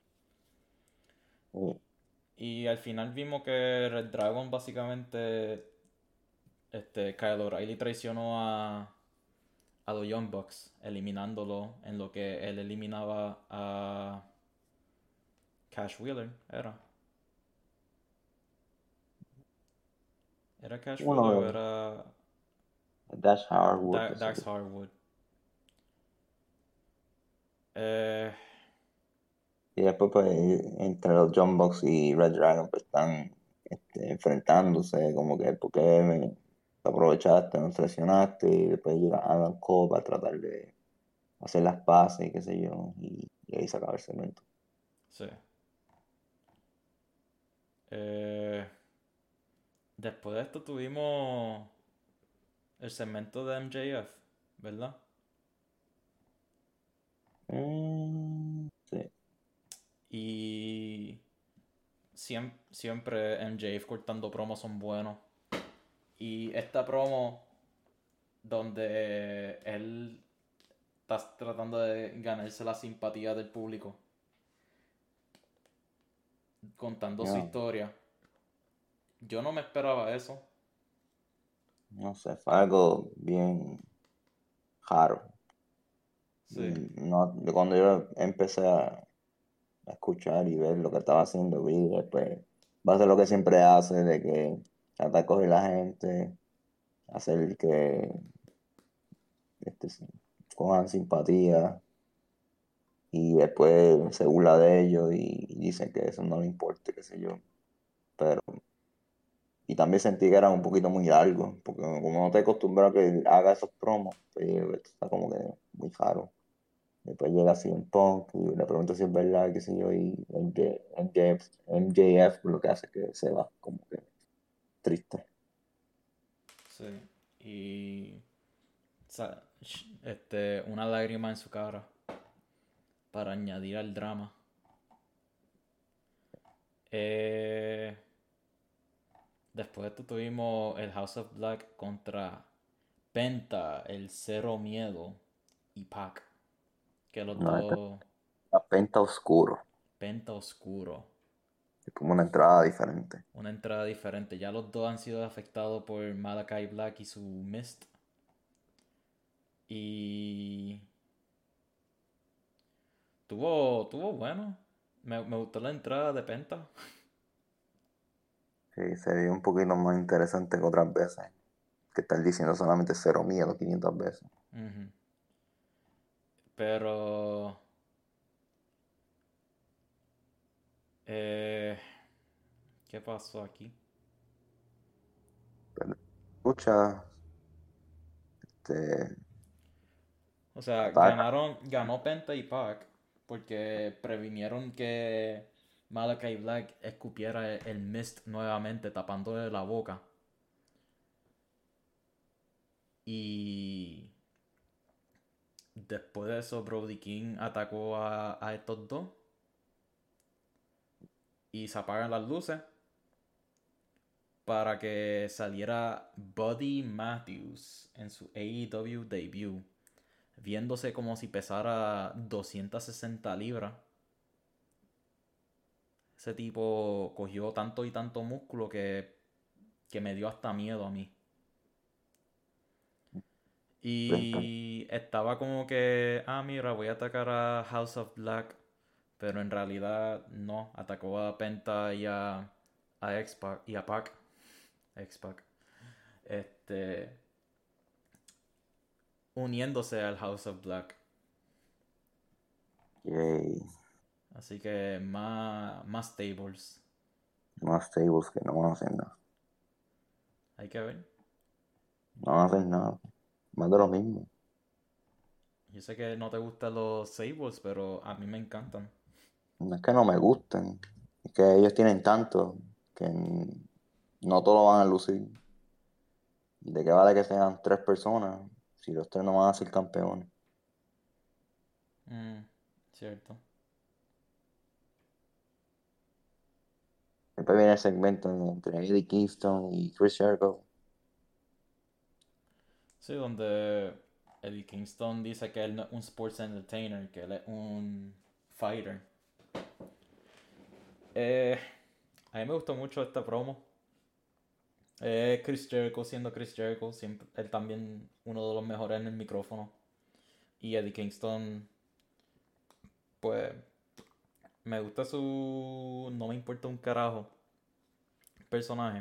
sí. Y al final vimos que Red Dragon básicamente, este, Kyle O'Reilly traicionó a, a los Young Bucks, eliminándolo en lo que él eliminaba a Cash Wheeler, era. ¿Era Cash Wheeler o Uno era de Dash Hardwood, Da- qué sé Dax yo. Harwood? Eh, Y después, pues, entre los John Box y Red Dragon, pues están este, enfrentándose, como que, ¿por qué me te aprovechaste, nos traicionaste? Y después llega Adam Cole para tratar de hacer las paces, qué sé yo, y, y ahí se acaba el segmento. sí. Eh, Después de esto tuvimos. el segmento de M J F, ¿verdad? Mm, sí. Y siem- siempre M J F cortando promos son buenos. Y esta promo donde él está tratando de ganarse la simpatía del público, contando su No, historia. Yo no me esperaba eso. no sé, fue algo bien raro. Sí, No, de cuando yo empecé a, a escuchar y ver lo que estaba haciendo, vi después va a hacer lo que siempre hace, de que trata de coger la gente, hacer que este, se cojan simpatía y después se burla de ellos y, y dice que eso no le importa, qué sé yo. Pero, y también sentí que era un poquito muy largo, porque como no te acostumbras a que haga esos promos, pues esto está como que muy raro. Después llega así un Punk y le pregunto si es verdad, qué sé yo, y M J, M J F, M J F lo que hace es que se va, como que triste. sí. Y sa- sh- este, una lágrima en su cara para añadir al drama. Eh, Después de esto tuvimos el House of Black contra Penta, el Cero Miedo y Pac. Que los No, este dos. es penta oscuro, Penta Oscuro. es como una entrada diferente. Una entrada diferente. Ya los dos han sido afectados por Malachi Black y su Mist. Y. Tuvo, tuvo bueno. Me, me gustó la entrada de Penta. Sí, se vio un poquito más interesante que otras veces, que estar diciendo solamente cero miedo quinientas veces. Ujú. Pero. Eh, ¿Qué pasó aquí? Pero escucha, este, O sea, ataca, ganaron, ganó Penta y Pac porque previnieron que Malachi Black escupiera el, el Mist nuevamente, tapándole la boca. Y después de eso, Brody King atacó a, a estos dos y se apagan las luces para que saliera Buddy Matthews en su A E W debut, viéndose como si pesara doscientas sesenta libras. Ese tipo cogió tanto y tanto músculo que, que me dio hasta miedo a mí. Y estaba como que, ah, mira, voy a atacar a House of Black. Pero en realidad no, atacó a Penta y a, a X-Pac y a Pac. X-Pac. Este, uniéndose al House of Black. y Así que más, más tables. más tables que no van a hacer nada. Hay que ver. No van a hacer nada. Más de lo mismo. Yo sé que no te gustan los tables, pero a mí me encantan. No es que no me gusten, es que ellos tienen tanto que n- no todos van a lucir. ¿De qué vale que sean tres personas si los tres no van a ser campeones? Mm, cierto. Siempre viene el segmento entre Eddie Kingston y Chris Jericho. Sí, donde Eddie Kingston dice que él no es un sports entertainer, que él es un fighter. Eh, a mí me gustó mucho esta promo. Eh, Chris Jericho siendo Chris Jericho, siempre, él también uno de los mejores en el micrófono. Y Eddie Kingston, pues, me gusta su... No me importa un carajo personaje.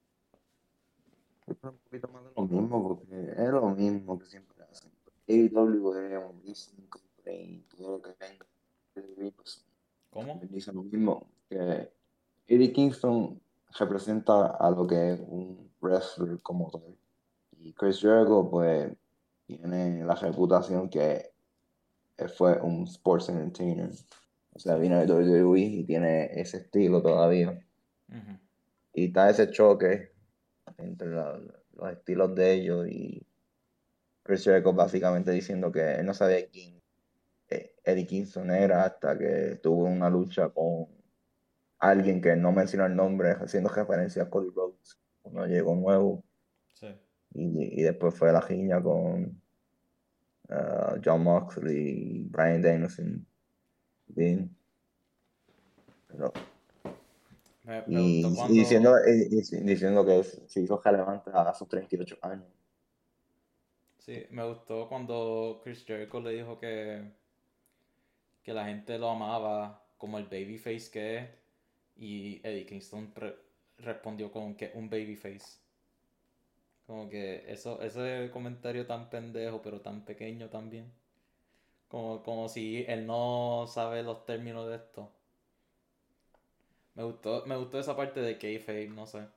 Es un poquito más de lo mismo, porque es lo mismo que siempre hacen. A E W es un wrestling company, todo lo que venga. Pues, ¿Cómo? también dice lo mismo, que Eddie Kingston representa a lo que es un wrestler como tal. Y Chris Jericho, pues, tiene la reputación que él fue un sports entertainer. O sea, Sí. vino de W W E y tiene ese estilo todavía. Ujú. Y está ese choque entre la- los estilos de ellos y Chris Jericho básicamente diciendo que él no sabía quién eh, Eddie Kingston era hasta que tuvo una lucha con alguien que no mencionó el nombre, haciendo referencia a Cody Rhodes, uno llegó nuevo Sí. y, y después fue la riña con uh, John Moxley, Bryan Danielson, Dean, pero- Me, me gustó y, y diciendo, cuando, y- y diciendo que se hizo relevante a sus treinta y ocho años. sí, me gustó cuando Chris Jericho le dijo que, que la gente lo amaba como el babyface que es y Eddie Kingston re- respondió con que un babyface. Como que eso, ese comentario tan pendejo pero tan pequeño también. Como, como si él no sabe los términos de esto. Me gustó, me gustó esa parte de kayfabe, no sé.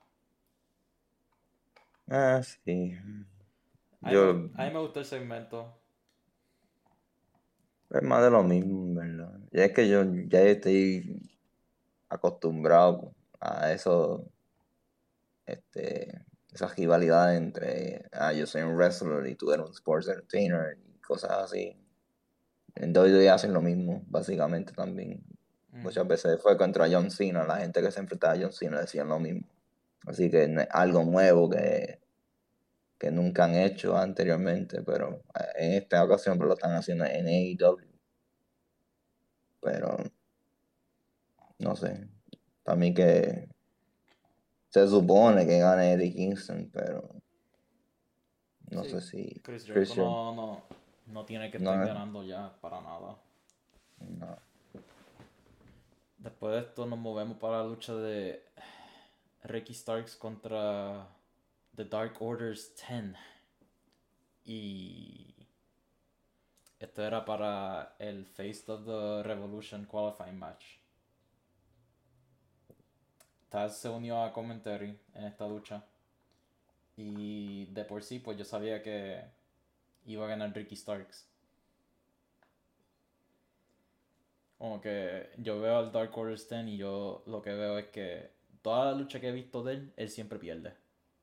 Ah, sí. A mí me, Yo, gust- a mí me gustó el segmento. es más de lo mismo, ¿verdad? Ya es que yo ya estoy acostumbrado a eso, este, esas rivalidades entre, ah, yo soy un wrestler y tú eres un sports entertainer y cosas así. En W W E hacen lo mismo, básicamente también. Ujú. Muchas veces fue contra John Cena, la gente que se enfrentaba a John Cena decían lo mismo. Así que no es algo nuevo que, que nunca han hecho anteriormente, pero eh, en esta ocasión pues, lo están haciendo en A E W. Pero no sé, para mí que se supone que gane Eddie Kingston, pero no sé Sí, si Chris Jericho Christian, no, no, no tiene que estar no, ganando ya para nada. no. Después de esto nos movemos para la lucha de Ricky Starks contra The Dark Orders diez. Y esto era para el Face of the Revolution Qualifying Match. Taz se unió a commentary en esta lucha. Y de por sí, pues yo sabía que iba a ganar Ricky Starks. Como que yo veo al Dark Orders diez y yo lo que veo es que toda la lucha que he visto de él, él siempre pierde.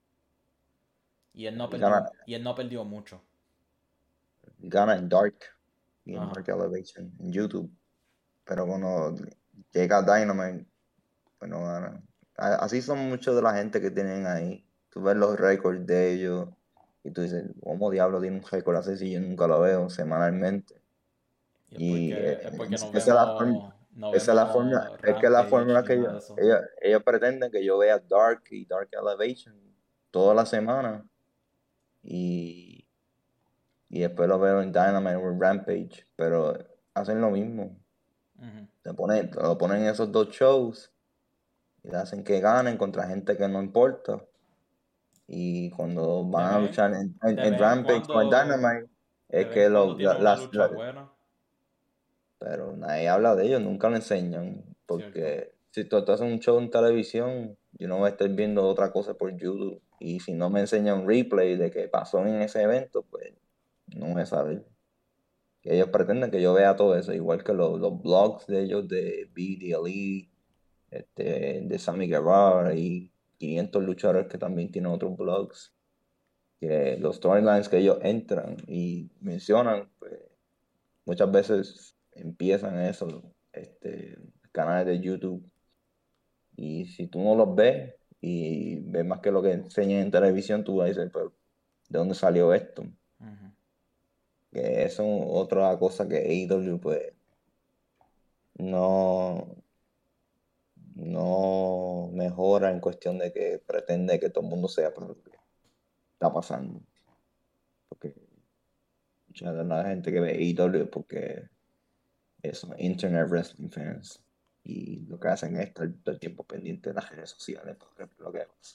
Y él no ha Gana, perdido, y él no ha perdido mucho. gana en Dark y en Ajá. Dark Elevation en YouTube, pero cuando llega Dynamite, pues no gana. A- Así son muchos de la gente que tienen ahí. Tú ves los récords de ellos y tú dices, ¿cómo diablo tiene un récord así si yo nunca lo veo semanalmente? Y es Y eh, porque, es porque es- no esa es la forma, vemos, no esa es la forma, vemos es que la Rampage fórmula ni que nada ellos, de eso. ellos, ellos pretenden que yo vea Dark y Dark Elevation toda la semana y, y después lo veo en Dynamite o en Rampage, pero hacen lo mismo. Ujú. Te ponen, te lo ponen en esos dos shows y le hacen que ganen contra gente que no importa. Y cuando De van a vez luchar en, en, en, de en vez en Rampage o en cuando, Dynamite, de es vez en que cuando lo, tiene la- una las, lucha la- buena, pero nadie habla de ellos, nunca lo enseñan, ¿cierto? porque si tú, tú haces un show en televisión, yo no voy a estar viendo otra cosa por YouTube, y si no me enseñan un replay de qué pasó en ese evento, pues no voy a saber. Y ellos pretenden que yo vea todo eso, igual que los, los blogs de ellos de B D L E, este, de Sammy Guevara y quinientos luchadores que también tienen otros blogs, que los storylines que ellos entran y mencionan, pues muchas veces empiezan eso, este, canales de YouTube, y si tú no los ves y ves más que lo que enseñan en televisión, tú vas a decir, pero ¿de dónde salió esto? Ujú. Que eso es otra cosa que A E W pues no, no mejora en cuestión de que pretende que todo el mundo sepa lo que está pasando. Porque mucha de la gente que ve A E W es porque son Internet Wrestling fans. Y lo que hacen es estar todo el tiempo pendiente de las redes sociales, por ejemplo, lo que pasa.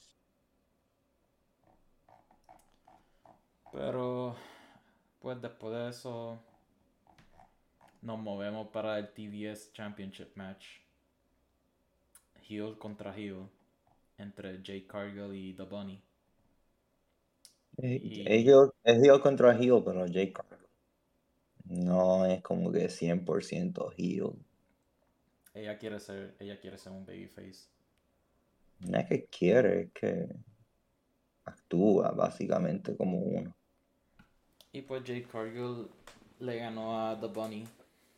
Pero, pues después de eso, nos movemos para el T V S Championship Match. Heel contra heel. Entre Jake Cargill y The Bunny. Es es Y heel, es heel contra heel, pero Jake Cargill no es como que cien por ciento heel. ella quiere ser, ella quiere ser un babyface. No es que quiere, es que actúa básicamente como uno. Y pues Jade Cargill le ganó a The Bunny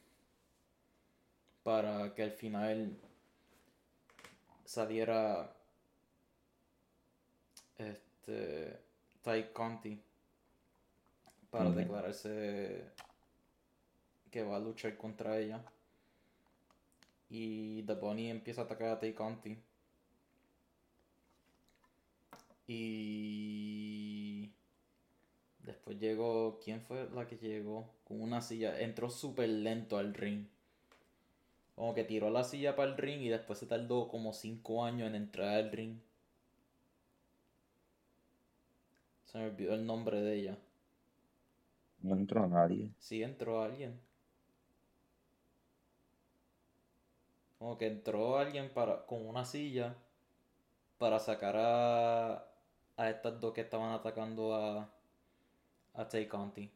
para que al final saliera este Ty Conti para Ujú. declararse que va a luchar contra ella. Y The Bunny empieza a atacar a Tay Conti. Y después llegó. ¿Quién fue la que llegó? Con una silla. Entró súper lento al ring. Como que tiró la silla para el ring y después se tardó como cinco años en entrar al ring. Se me olvidó el nombre de ella. No entró a nadie. Sí, entró alguien. Como que entró alguien para, con una silla para sacar a, a estas dos que estaban atacando a, a Tay Conti.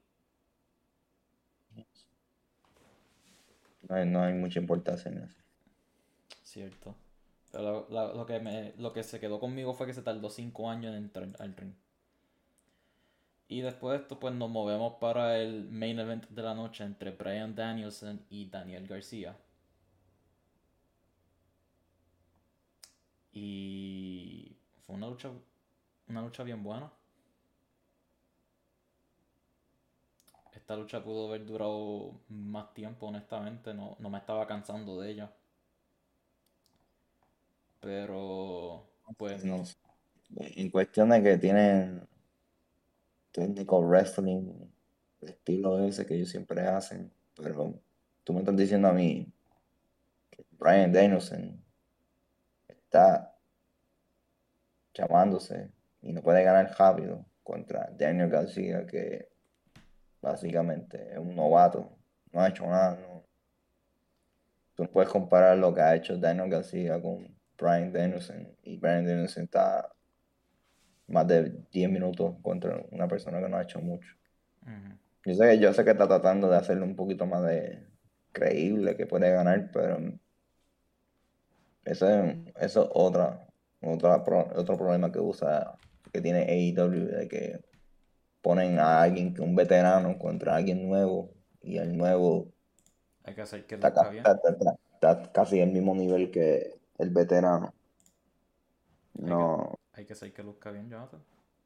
No hay, no hay mucha importancia en eso. Cierto. Pero la- lo, que me, lo que se quedó conmigo fue que se tardó cinco años en entrar al ring. Y después de esto, pues nos movemos para el main event de la noche entre Bryan Danielson y Daniel García. Y fue una lucha, una lucha bien buena. Esta lucha pudo haber durado más tiempo, honestamente. No, no me estaba cansando de ella. Pero, pues, No sé. En cuestión de que tienen técnico wrestling, el estilo ese que ellos siempre hacen, pero tú me estás diciendo a mí que Bryan Danielson está llamándose y no puede ganar rápido contra Daniel García, que básicamente es un novato, no ha hecho nada, no. Tú no puedes comparar lo que ha hecho Daniel García con Bryan Danielson, y Bryan Danielson está más de diez minutos contra una persona que no ha hecho mucho. ujú. Yo sé que, yo sé que está tratando de hacerlo un poquito más de creíble, que puede ganar, pero eso es, eso es otra, otra pro- otro problema que usa, que tiene A E W, de que ponen a alguien, que un veterano contra alguien nuevo, y el nuevo Hay que hacer que está, luzca ca- bien. está, está- está casi al mismo nivel que el veterano. Hay que, No, hay que hacer que luzca bien, Jonathan.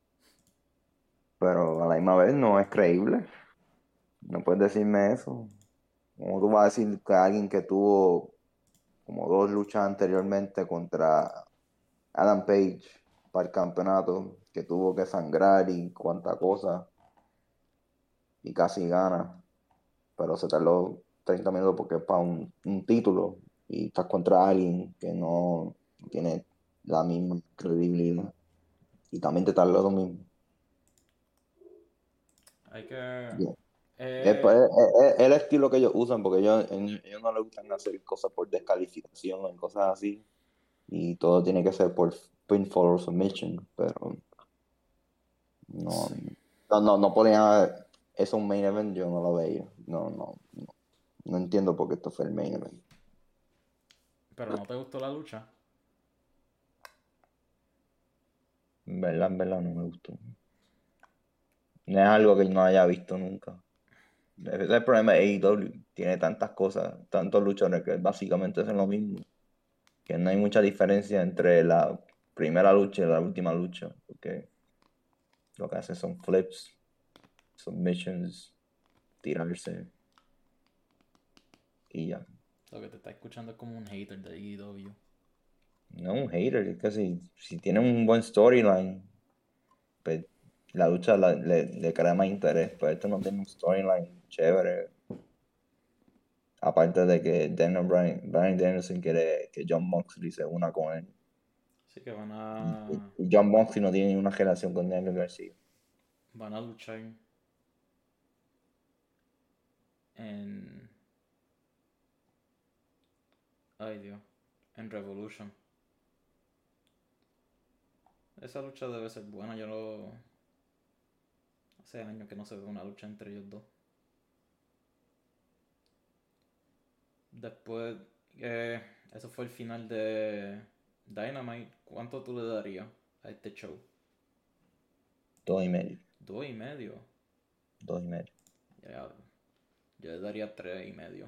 pero a la misma vez no es creíble. No puedes decirme eso. ¿Cómo tú vas a decir que alguien que tuvo como dos luchas anteriormente contra Adam Page para el campeonato, que tuvo que sangrar y cuanta cosa, y casi gana, pero se tardó treinta minutos porque es para un, un título, y estás contra alguien que no tiene la misma credibilidad, y también te tardó lo mismo? Hay que... Yeah. Es, Eh, pues, es- es el estilo que ellos usan, porque ellos, ellos no les gustan hacer cosas por descalificación y cosas así, y todo tiene que ser por pinfall o submission, pero no, sí. no, no, no ponía eso un main event, yo no lo veía. No, no, no, no entiendo por qué esto fue el main event. Pero no te gustó la lucha. En verdad, en verdad no me gustó. No es algo que no haya visto nunca. Ese es el problema de A E W. Tiene tantas cosas, tantos luchadores que básicamente hacen lo mismo. Que no hay mucha diferencia entre la primera lucha y la última lucha. Porque lo que hacen son flips, submissions, tirarse y ya. Lo que te está escuchando es como un hater de E W. No un hater, es que si, si tienen un buen storyline, pues la lucha la- le, le crea más interés. Pero esto no tiene un storyline chévere. Aparte de que Daniel Bryan, Bryan Danielson quiere que John Moxley se una con él. Así que van Y, a... y John Moxley no tiene ninguna relación con Daniel García. Van a luchar en... Ay, Dios. En Revolution. Esa lucha debe ser buena. Yo no... Hace años que no se ve una lucha entre ellos dos. Después... Eh, eso fue el final de Dynamite. ¿Cuánto tú le darías a este show? Dos y medio. Dos y medio. Dos y medio. Ya, yo le daría tres y medio.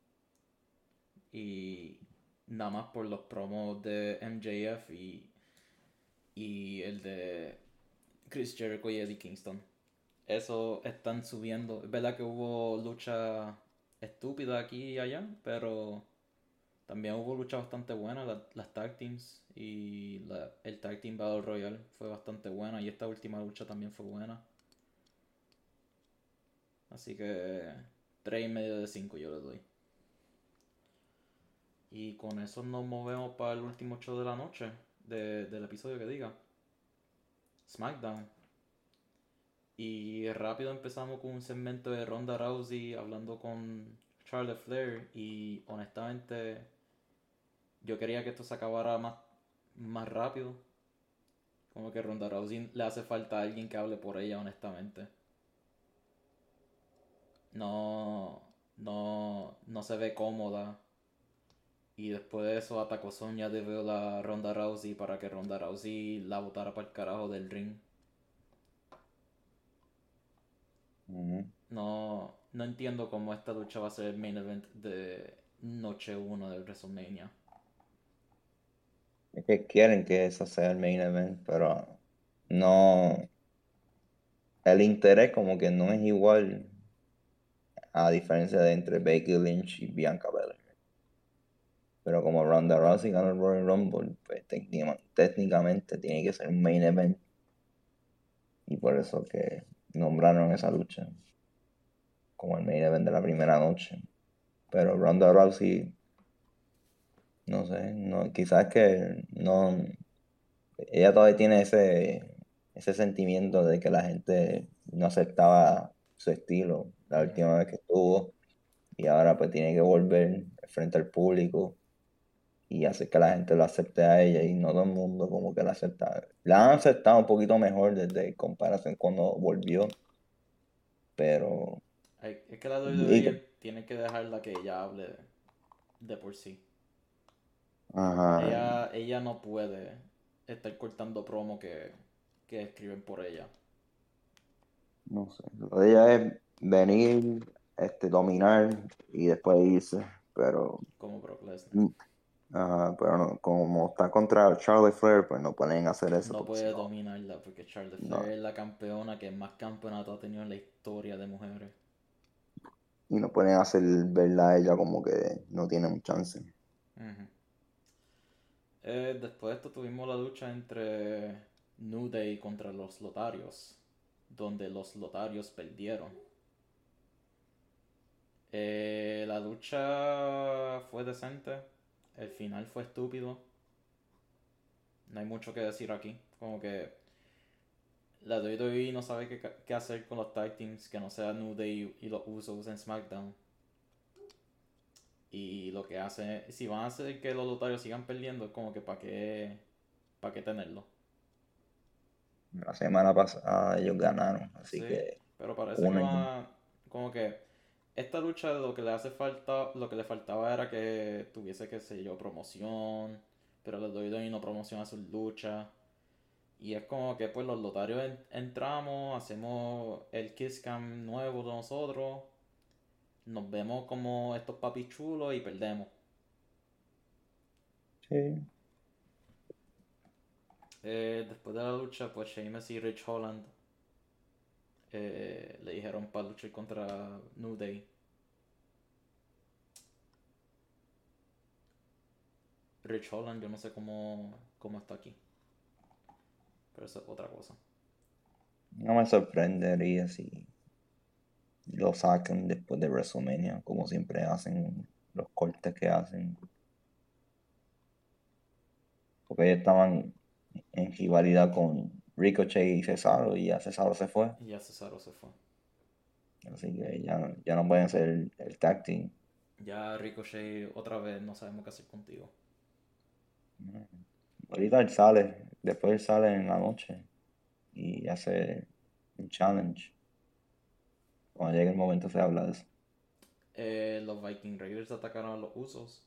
Y nada más por los promos de M J F y, y el de Chris Jericho y Eddie Kingston. Eso están subiendo. Es verdad que hubo lucha estúpida aquí y allá, pero también hubo lucha bastante buena. La- las tag teams y la- el tag team Battle Royale fue bastante buena. Y esta última lucha también fue buena. Así que tres y medio de cinco yo le doy. Y con eso nos movemos para el último show de la noche de- del episodio que diga. SmackDown. Y rápido empezamos con un segmento de Ronda Rousey hablando con Charlotte Flair. Y honestamente yo quería que esto se acabara más, más rápido. Como que Ronda Rousey le hace falta a alguien que hable por ella, honestamente. No, no, no se ve cómoda. Y después de eso atacó Sonya Deville a Ronda Rousey para que Ronda Rousey la botara para el carajo del ring. Ujú. No, no entiendo cómo esta lucha va a ser el main event de noche uno de WrestleMania. Es que quieren que eso sea el main event, pero no. El interés como que no es igual a diferencia de entre Becky Lynch y Bianca Belair. Pero como Ronda Rousey ganó el Royal Rumble, pues técnica- técnicamente tiene que ser un main event. Y por eso que nombraron esa lucha como el main event de la primera noche. Pero Ronda Rousey, no sé, no, quizás que no, ella todavía tiene ese, ese sentimiento de que la gente no aceptaba su estilo la Ujú. última vez que estuvo y ahora pues tiene que volver frente al público y hacer que la gente lo acepte a ella y no todo el mundo como que la acepta. La han aceptado un poquito mejor desde comparación cuando volvió, pero Ay, Es que la y W W E que- tiene que dejarla que ella hable de por sí. ajá, Ella, ella no puede estar cortando promo que, que escriben por ella, no sé. Lo de ella es venir, este, dominar y después irse, pero como Brock Lesnar. mm, ajá, pero no, como está contra Charlie Flair, pues no pueden hacer eso No porque si puede no, dominarla porque Charlotte Flair no, es la campeona que más campeonatos ha tenido en la historia de mujeres. y no pueden hacer verla a ella como que no tiene un chance. Ujú. Eh, después de esto tuvimos la lucha entre New Day contra los Lotarios, donde los Lotarios perdieron. Eh, la lucha fue decente, el final fue estúpido, no hay mucho que decir aquí. Como que la W W E no sabe qué, qué hacer con los tag teams que no sea New Day y los Usos en SmackDown. Y lo que hacen, si van a hacer que los Lotarios sigan perdiendo, es como que para qué, para qué tenerlo. La semana pasada ellos ganaron, así Sí, que pero parece que una y van a, como que esta lucha lo que le hace falta, lo que le faltaba era que tuviese, qué sé yo, promoción, pero los W W E no promociona sus luchas. Y es como que pues los lotarios en- entramos, hacemos el Kiss Cam nuevo de nosotros, nos vemos como estos papis chulos y perdemos. sí. Eh, después de la lucha, pues Sheamus y Rich Holland eh, le dijeron para luchar contra New Day. Rich Holland, yo no sé cómo, cómo está aquí, pero eso es otra cosa. No me sorprendería si lo sacan después de WrestleMania, como siempre hacen los cortes que hacen, porque ellos estaban en rivalidad con Ricochet y Cesaro y ya Cesaro se fue, Y ya Cesaro se fue. así que ya, ya no pueden ser el, el tag team. Ya Ricochet otra vez no sabemos qué hacer contigo. Ahorita él sale, después él sale en la noche y hace un challenge. Cuando llegue el momento se habla de eso. Eh, los Viking Raiders atacaron a los Usos.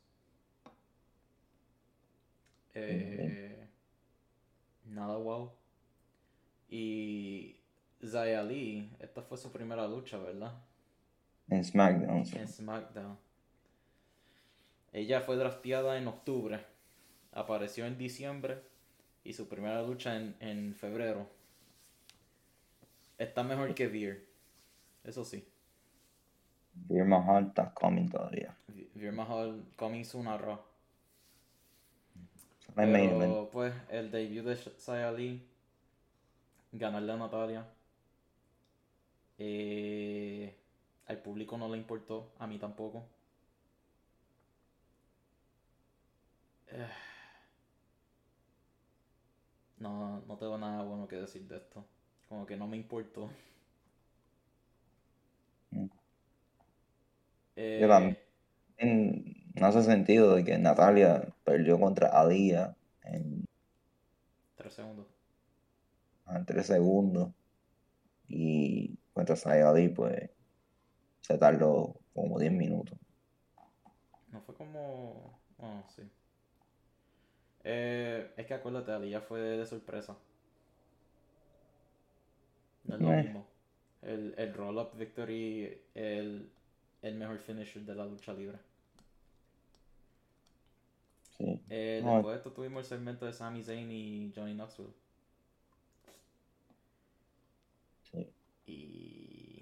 Sí, sí. Eh, nada wow. Y Xia Li, esta fue su primera lucha, ¿verdad? En SmackDown, sí. En SmackDown. Ella fue drafteada en octubre, apareció en diciembre y su primera lucha en, en febrero. Está mejor que Veer, eso sí. Veer Mahal está coming todavía. Veer Mahal comenzó una Raw. No hay main event. Pero pues el debut de Xia Li, ganarle a Natalia, eh, al público no le importó, a mí tampoco. Eh, no, no tengo nada bueno que decir de esto. Como que no me importó. Mm. Yo Eh, también no hace sentido de que Natalia perdió contra Aliyah en, Tres segundos. en tres segundos y contra Xia Li pues se tardó como diez minutos. No fue como... Oh, sí. Eh, es que acuérdate, Ali ya fue de sorpresa. No es lo Eh, mismo. El, el roll-up victory, el, el mejor finisher de la lucha libre. sí. Eh, No, después de esto tuvimos el segmento de Sami Zayn y Johnny Knoxville. sí. Y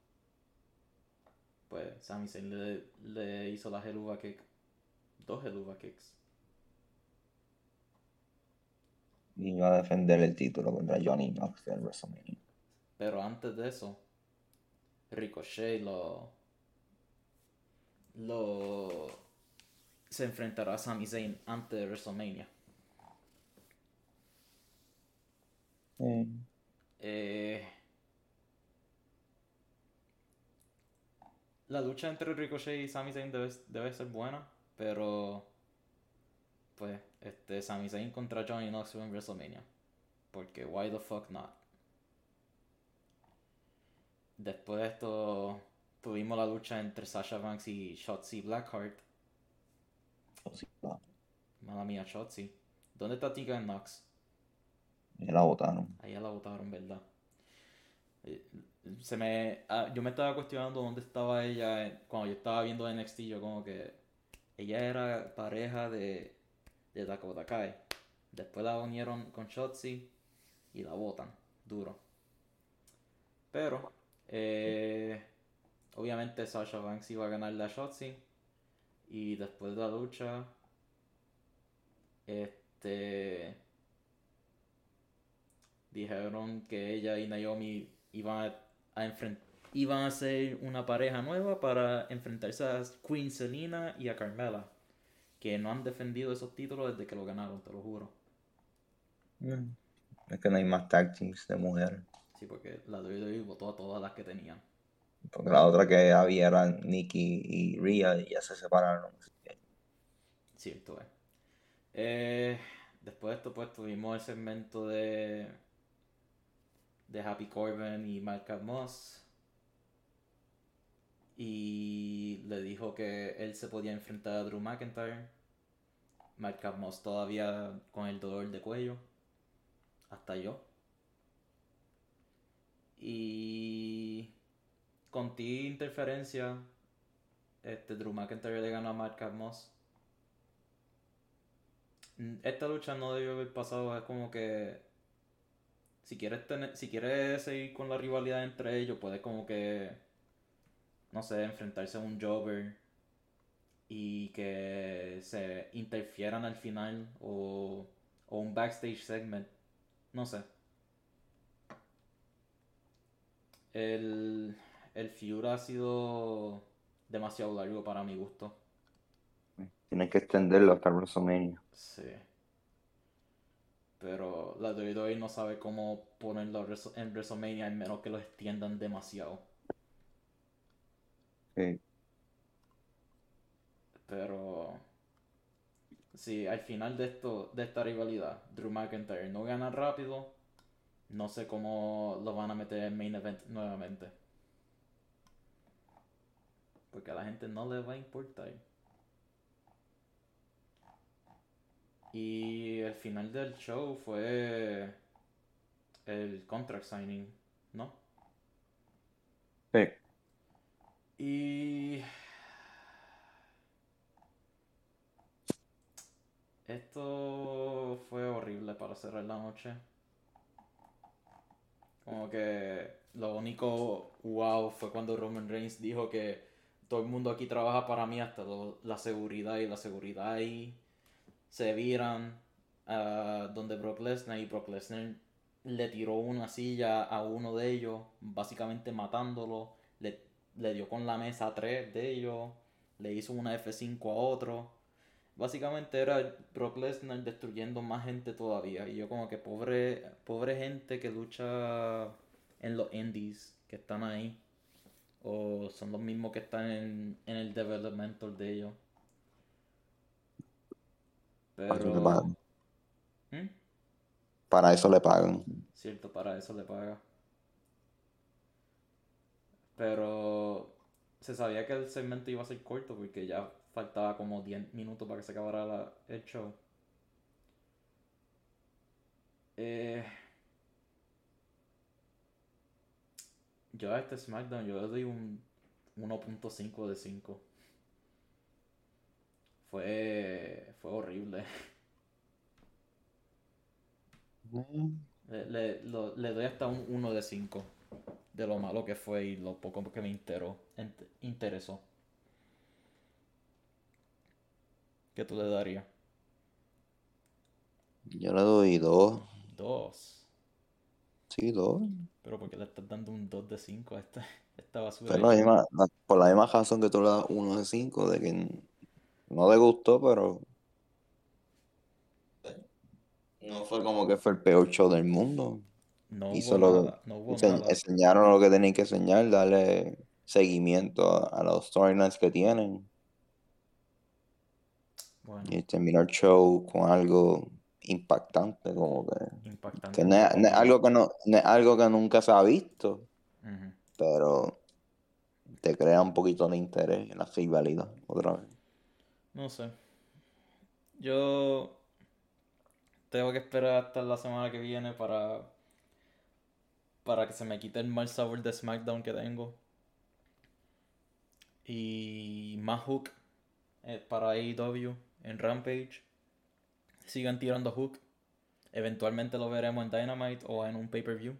pues Sami Zayn le, le hizo la Helluva Kick. Dos Helluva Kicks. Y iba a defender el título contra Johnny Knoxville en WrestleMania. Pero antes de eso, Ricochet lo, lo se enfrentará a Sami Zayn antes de WrestleMania. Eh, Eh, la lucha entre Ricochet y Sami Zayn debe, debe ser buena, pero pues este Sami Zayn contra Johnny Knoxville en WrestleMania, porque why the fuck not. Después de esto tuvimos la lucha entre Sasha Banks y Shotzi Blackheart. pues sí, la, Mala mía, Shotzi. ¿Dónde está Tegan Knox? ya la votaron. Ahí la botaron, ¿verdad? Eh, Se me, ah, yo me estaba cuestionando dónde estaba ella en- cuando yo estaba viendo N X T. Yo como que ella era pareja de, de Dakota Kai. Después la unieron con Shotzi y la botan duro. Pero, eh, obviamente Sasha Banks iba a ganarle a Shotzi. Y después de la lucha, este, dijeron que ella y Naomi iban a, a enfrentar. Iban a ser una pareja nueva para enfrentarse a Queen Selina y a Carmella, que no han defendido esos títulos desde que lo ganaron, te lo juro. Mm. Es que no hay más tag teams de mujeres. Sí, porque la W W E votó a todas las que tenían. Porque la otra que había eran Nikki y Rhea y ya se separaron. Así que, Cierto es. Eh, después de esto, pues tuvimos el segmento de, de Happy Corbin y Madcap Moss. Y le dijo que él se podía enfrentar a Drew McIntyre. Madcap Moss todavía con el dolor de cuello. Hasta yo. Y con ti interferencia, este Drew McIntyre le ganó a Madcap Moss. Esta lucha no debió haber pasado. Es como que si quieres tener, si quieres seguir con la rivalidad entre ellos, puedes como que, no sé, enfrentarse a un jobber y que se interfieran al final o, o un backstage segment. No sé. El, el feud ha sido demasiado largo para mi gusto. tienes que extenderlo hasta WrestleMania. Sí. Pero la W W E no sabe cómo ponerlo en WrestleMania en menos que lo extiendan demasiado. Sí. Pero si al final de esto, de esta rivalidad, Drew McIntyre no gana rápido, no sé cómo lo van a meter en main event nuevamente. Porque a la gente no le va a importar. Y el final del show fue el contract signing ¿no? Sí. Y esto fue horrible para cerrar la noche. Como que lo único wow fue cuando Roman Reigns dijo que todo el mundo aquí trabaja para mí, hasta lo- la seguridad, y la seguridad ahí se viran a donde Brock Lesnar, y Brock Lesnar le tiró una silla a uno de ellos, básicamente matándolo, le, le dio con la mesa a tres de ellos, le hizo una F cinco a otro. Básicamente era Brock Lesnar destruyendo más gente todavía. Y yo como que pobre, pobre gente que lucha en los indies, que están ahí. O son los mismos que están en, en el developmental de ellos. Para eso le Pero... pagan. ¿hmm? Para eso le pagan. Cierto, para eso le paga. Pero se sabía que el segmento iba a ser corto porque ya faltaba como diez minutos para que se acabara la- el show. Eh, yo a este SmackDown yo le doy un uno punto cinco de cinco. Fue, fue horrible. Mm. Le, le- lo- le doy hasta un uno de cinco de lo malo que fue y lo poco que me interó, ent- interesó. ¿Qué tú le darías? Yo le doy dos. Dos. Sí, dos. Pero porque le estás dando un dos de cinco a esta, esta basura Fue de la show. misma, la- por la misma razón que tú le das uno de cinco, de que n- no le gustó, pero no fue como que fue el peor show del mundo. No hubo Hizo lo, nada, no hubo ense- nada. enseñaron lo que tenían que enseñar, darle seguimiento a, a los storylines que tienen Bueno, y terminar el show con algo impactante, como que, impactante que no entre es, no es comillas. algo que no, no es algo que nunca se ha visto, Ujú. pero te crea un poquito de interés en la rivalidad otra vez. No sé. Yo tengo que esperar hasta la semana que viene para, para que se me quite el mal sabor de SmackDown que tengo. Y más Hook eh, para A E W en Rampage. Sigan tirando Hook. Eventualmente lo veremos en Dynamite o en un pay-per-view.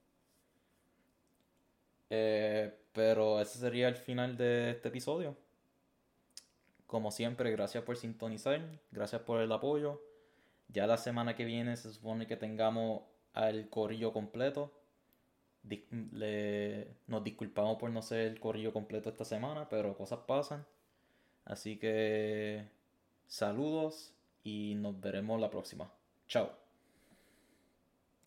Eh, pero ese sería el final de este episodio. Como siempre, gracias por sintonizar. Gracias por el apoyo. Ya la semana que viene se supone que tengamos al corillo completo. Dis- le- nos disculpamos por no ser el corillo completo esta semana, pero cosas pasan. Así que saludos y nos veremos la próxima. Chao.